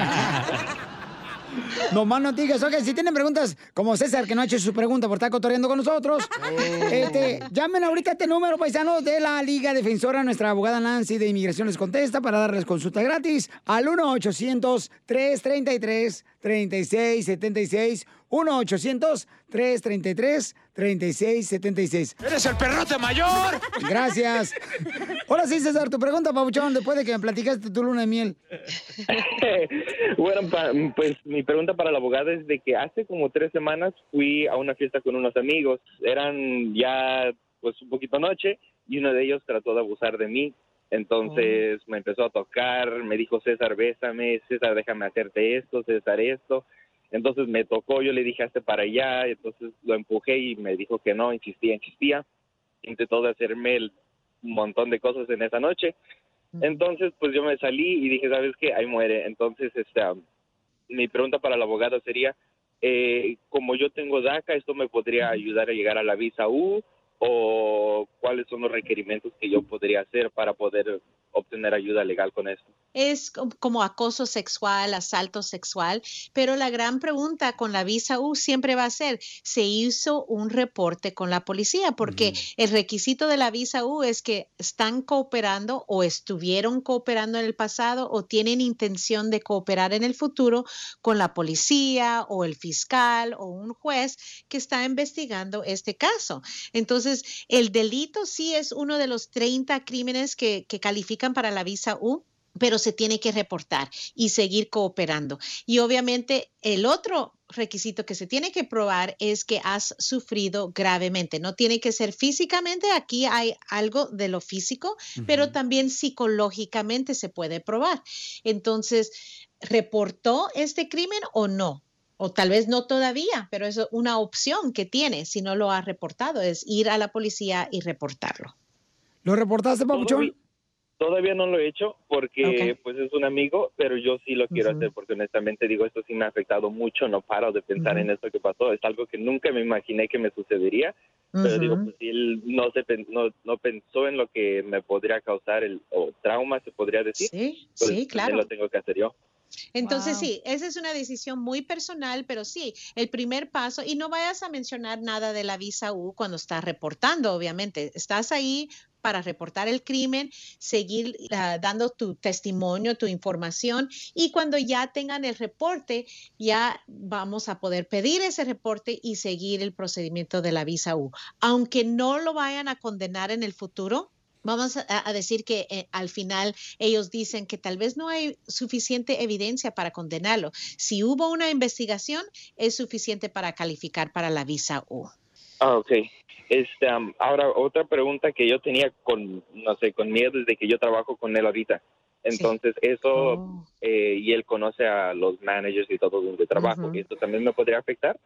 S6: No más no digas, ok, si tienen preguntas como César, que no ha hecho su pregunta por estar cotorreando con nosotros, este, llamen ahorita a este número, paisanos, de la Liga Defensora. Nuestra abogada Nancy de Inmigración les contesta para darles consulta gratis al uno ochocientos, trescientos treinta y tres, treinta y seis setenta y seis. uno ochocientos, trescientos treinta y tres, treinta y seis setenta y seis.
S2: ¡Eres el perrote mayor!
S6: Gracias. Ahora sí, César, tu pregunta, papuchón, después de que me platicaste tu luna de miel.
S11: Bueno, pa- pues mi pregunta para la abogada es de que hace como tres semanas fui a una fiesta con unos amigos. Eran ya pues un poquito noche y uno de ellos trató de abusar de mí. Entonces me empezó a tocar, me dijo, César, bésame, César, déjame hacerte esto, César, esto. Entonces me tocó, yo le dije, hazte para allá, entonces lo empujé y me dijo que no, insistía, insistía. Intentó de hacerme el, un montón de cosas en esa noche. Entonces, pues yo me salí y dije, ¿sabes qué? Ahí muere. Entonces, esta, mi pregunta para el abogado sería, eh, como yo tengo DACA, ¿esto me podría ayudar a llegar a la visa U? ¿O cuáles son los requerimientos que yo podría hacer para poder obtener ayuda legal con esto?
S10: Es como acoso sexual, asalto sexual, pero la gran pregunta con la visa U siempre va a ser, ¿se hizo un reporte con la policía? Porque mm. el requisito de la visa U es que están cooperando o estuvieron cooperando en el pasado o tienen intención de cooperar en el futuro con la policía o el fiscal o un juez que está investigando este caso. Entonces, el delito sí es uno de los treinta crímenes que, que califican para la visa U, pero se tiene que reportar y seguir cooperando. Y obviamente el otro requisito que se tiene que probar es que has sufrido gravemente. No tiene que ser físicamente, aquí hay algo de lo físico, uh-huh. pero también psicológicamente se puede probar. Entonces, ¿reportó este crimen o no? O tal vez no todavía, pero es una opción que tiene si no lo ha reportado, es ir a la policía y reportarlo.
S6: ¿Lo reportaste, papuchón?
S11: Todavía no lo he hecho porque okay. pues es un amigo, pero yo sí lo quiero uh-huh. hacer porque honestamente digo, esto sí me ha afectado mucho, no paro de pensar uh-huh. en esto que pasó, es algo que nunca me imaginé que me sucedería, uh-huh. pero digo, pues si él no, se, no, no pensó en lo que me podría causar el o trauma, se podría decir,
S10: sí,
S11: pues,
S10: sí, claro.
S11: lo tengo que hacer yo.
S10: Entonces, wow. sí, esa es una decisión muy personal, pero sí, el primer paso, y no vayas a mencionar nada de la visa U cuando estás reportando, obviamente, estás ahí para reportar el crimen, seguir uh, dando tu testimonio, tu información, y cuando ya tengan el reporte, ya vamos a poder pedir ese reporte y seguir el procedimiento de la visa U. Aunque no lo vayan a condenar en el futuro, vamos a, a decir que eh, al final ellos dicen que tal vez no hay suficiente evidencia para condenarlo. Si hubo una investigación, es suficiente para calificar para la visa U.
S11: Ah, ok. Este, um, ahora, otra pregunta que yo tenía con, no sé, con miedo desde que yo trabajo con él ahorita. Entonces, sí. eso, oh. eh, y él conoce a los managers y todo donde trabajo. Uh-huh. ¿Esto también me podría afectar?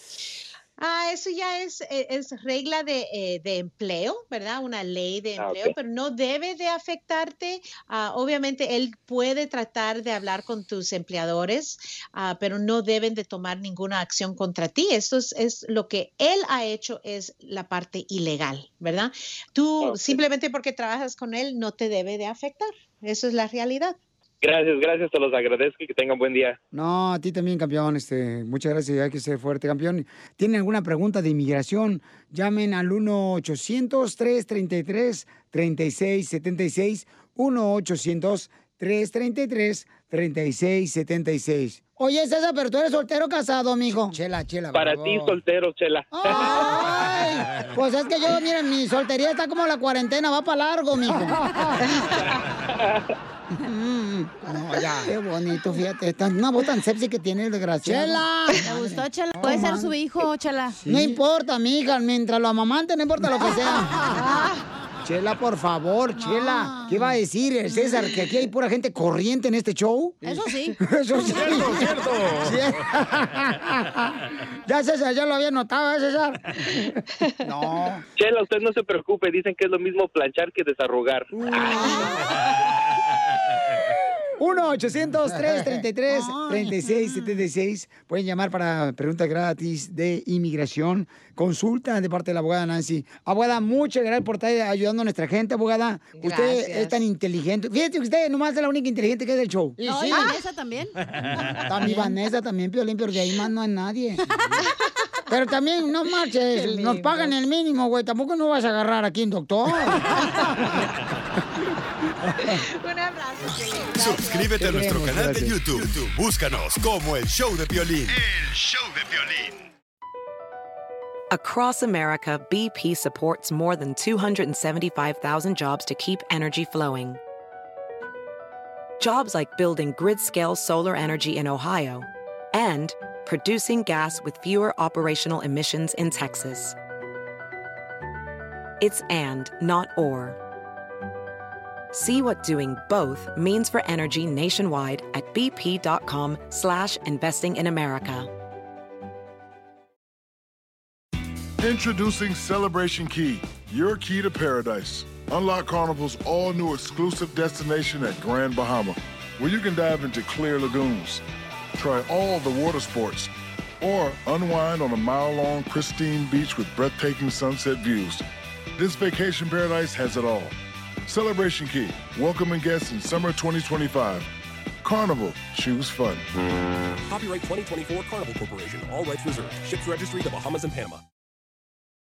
S10: Ah, eso ya es, es regla de, eh, de empleo, ¿verdad? Una ley de empleo, ah, okay. pero no debe de afectarte. Uh, obviamente, él puede tratar de hablar con tus empleadores, uh, pero no deben de tomar ninguna acción contra ti. Esto es, es lo que él ha hecho, es la parte ilegal, ¿verdad? Tú, okay. simplemente porque trabajas con él, no te debe de afectar. Eso es la realidad.
S11: Gracias, gracias, te los agradezco y que tengan buen día.
S6: No, a ti también, campeón. Este, muchas gracias, hay que ser fuerte, campeón. ¿Tienen alguna pregunta de inmigración? Llamen al uno ochocientos, tres treinta y tres, treinta y seis setenta y seis, uno ochocientos, tres treinta y tres, treinta y seis setenta y seis. Oye, César, pero tú eres soltero o casado, mijo. Chela, chela.
S11: Para ti, soltero, Chela.
S6: Ay, pues es que yo, miren, mi soltería está como la cuarentena, va para largo, mijo. Mm, no, ya. Qué bonito, fíjate. Está una voz tan sexy que tiene el desgraciado. ¡Chela!
S7: ¿Te gustó, Chela? No, puede man. ser su hijo, Chela.
S6: Sí. No importa, mija. Mientras lo amamante, no importa lo que sea. Chela, por favor, Chela. ¿Qué va a decir el César? ¿Que aquí hay pura gente corriente en este show?
S7: Eso sí.
S6: Eso sí.
S5: Cierto, cierto.
S6: Sí. Ya, César, ya lo había notado, ¿eh, César? No.
S11: Chela, usted no se preocupe. Dicen que es lo mismo planchar que desarrugar. Uh.
S6: uno ochocientos, tres treinta y tres, treinta y seis setenta y seis. Pueden llamar para preguntas gratis de inmigración. Consulta de parte de la abogada Nancy. Abogada, muchas gracias por estar ayudando a nuestra gente, abogada. Gracias. Usted es tan inteligente. Fíjate que usted nomás es la única inteligente que es del show.
S7: ¿Y no, sí? Vanessa también?
S6: También Vanessa también, Piolín, pero de ahí más no hay nadie. Pero también, no marches, nos pagan el mínimo, güey. Tampoco nos vas a agarrar aquí en doctor.
S10: Un abrazo.
S3: Suscríbete a nuestro canal de YouTube. YouTube. Búscanos como El Show de Piolín. El Show de Piolín.
S12: Across America, B P supports more than two hundred seventy-five thousand jobs to keep energy flowing. Jobs like building grid-scale solar energy in Ohio and producing gas with fewer operational emissions in Texas. It's and, not or. See what doing both means for energy nationwide at bp.com slash investing in America.
S13: Introducing Celebration Key, your key to paradise. Unlock Carnival's all-new exclusive destination at Grand Bahama, where you can dive into clear lagoons, try all the water sports, or unwind on a mile-long pristine beach with breathtaking sunset views. This vacation paradise has it all. Celebration Key, welcoming guests in summer twenty twenty-five. Carnival, choose fun.
S14: Copyright twenty twenty-four Carnival Corporation, all rights reserved. Ships registry, the Bahamas and Panama.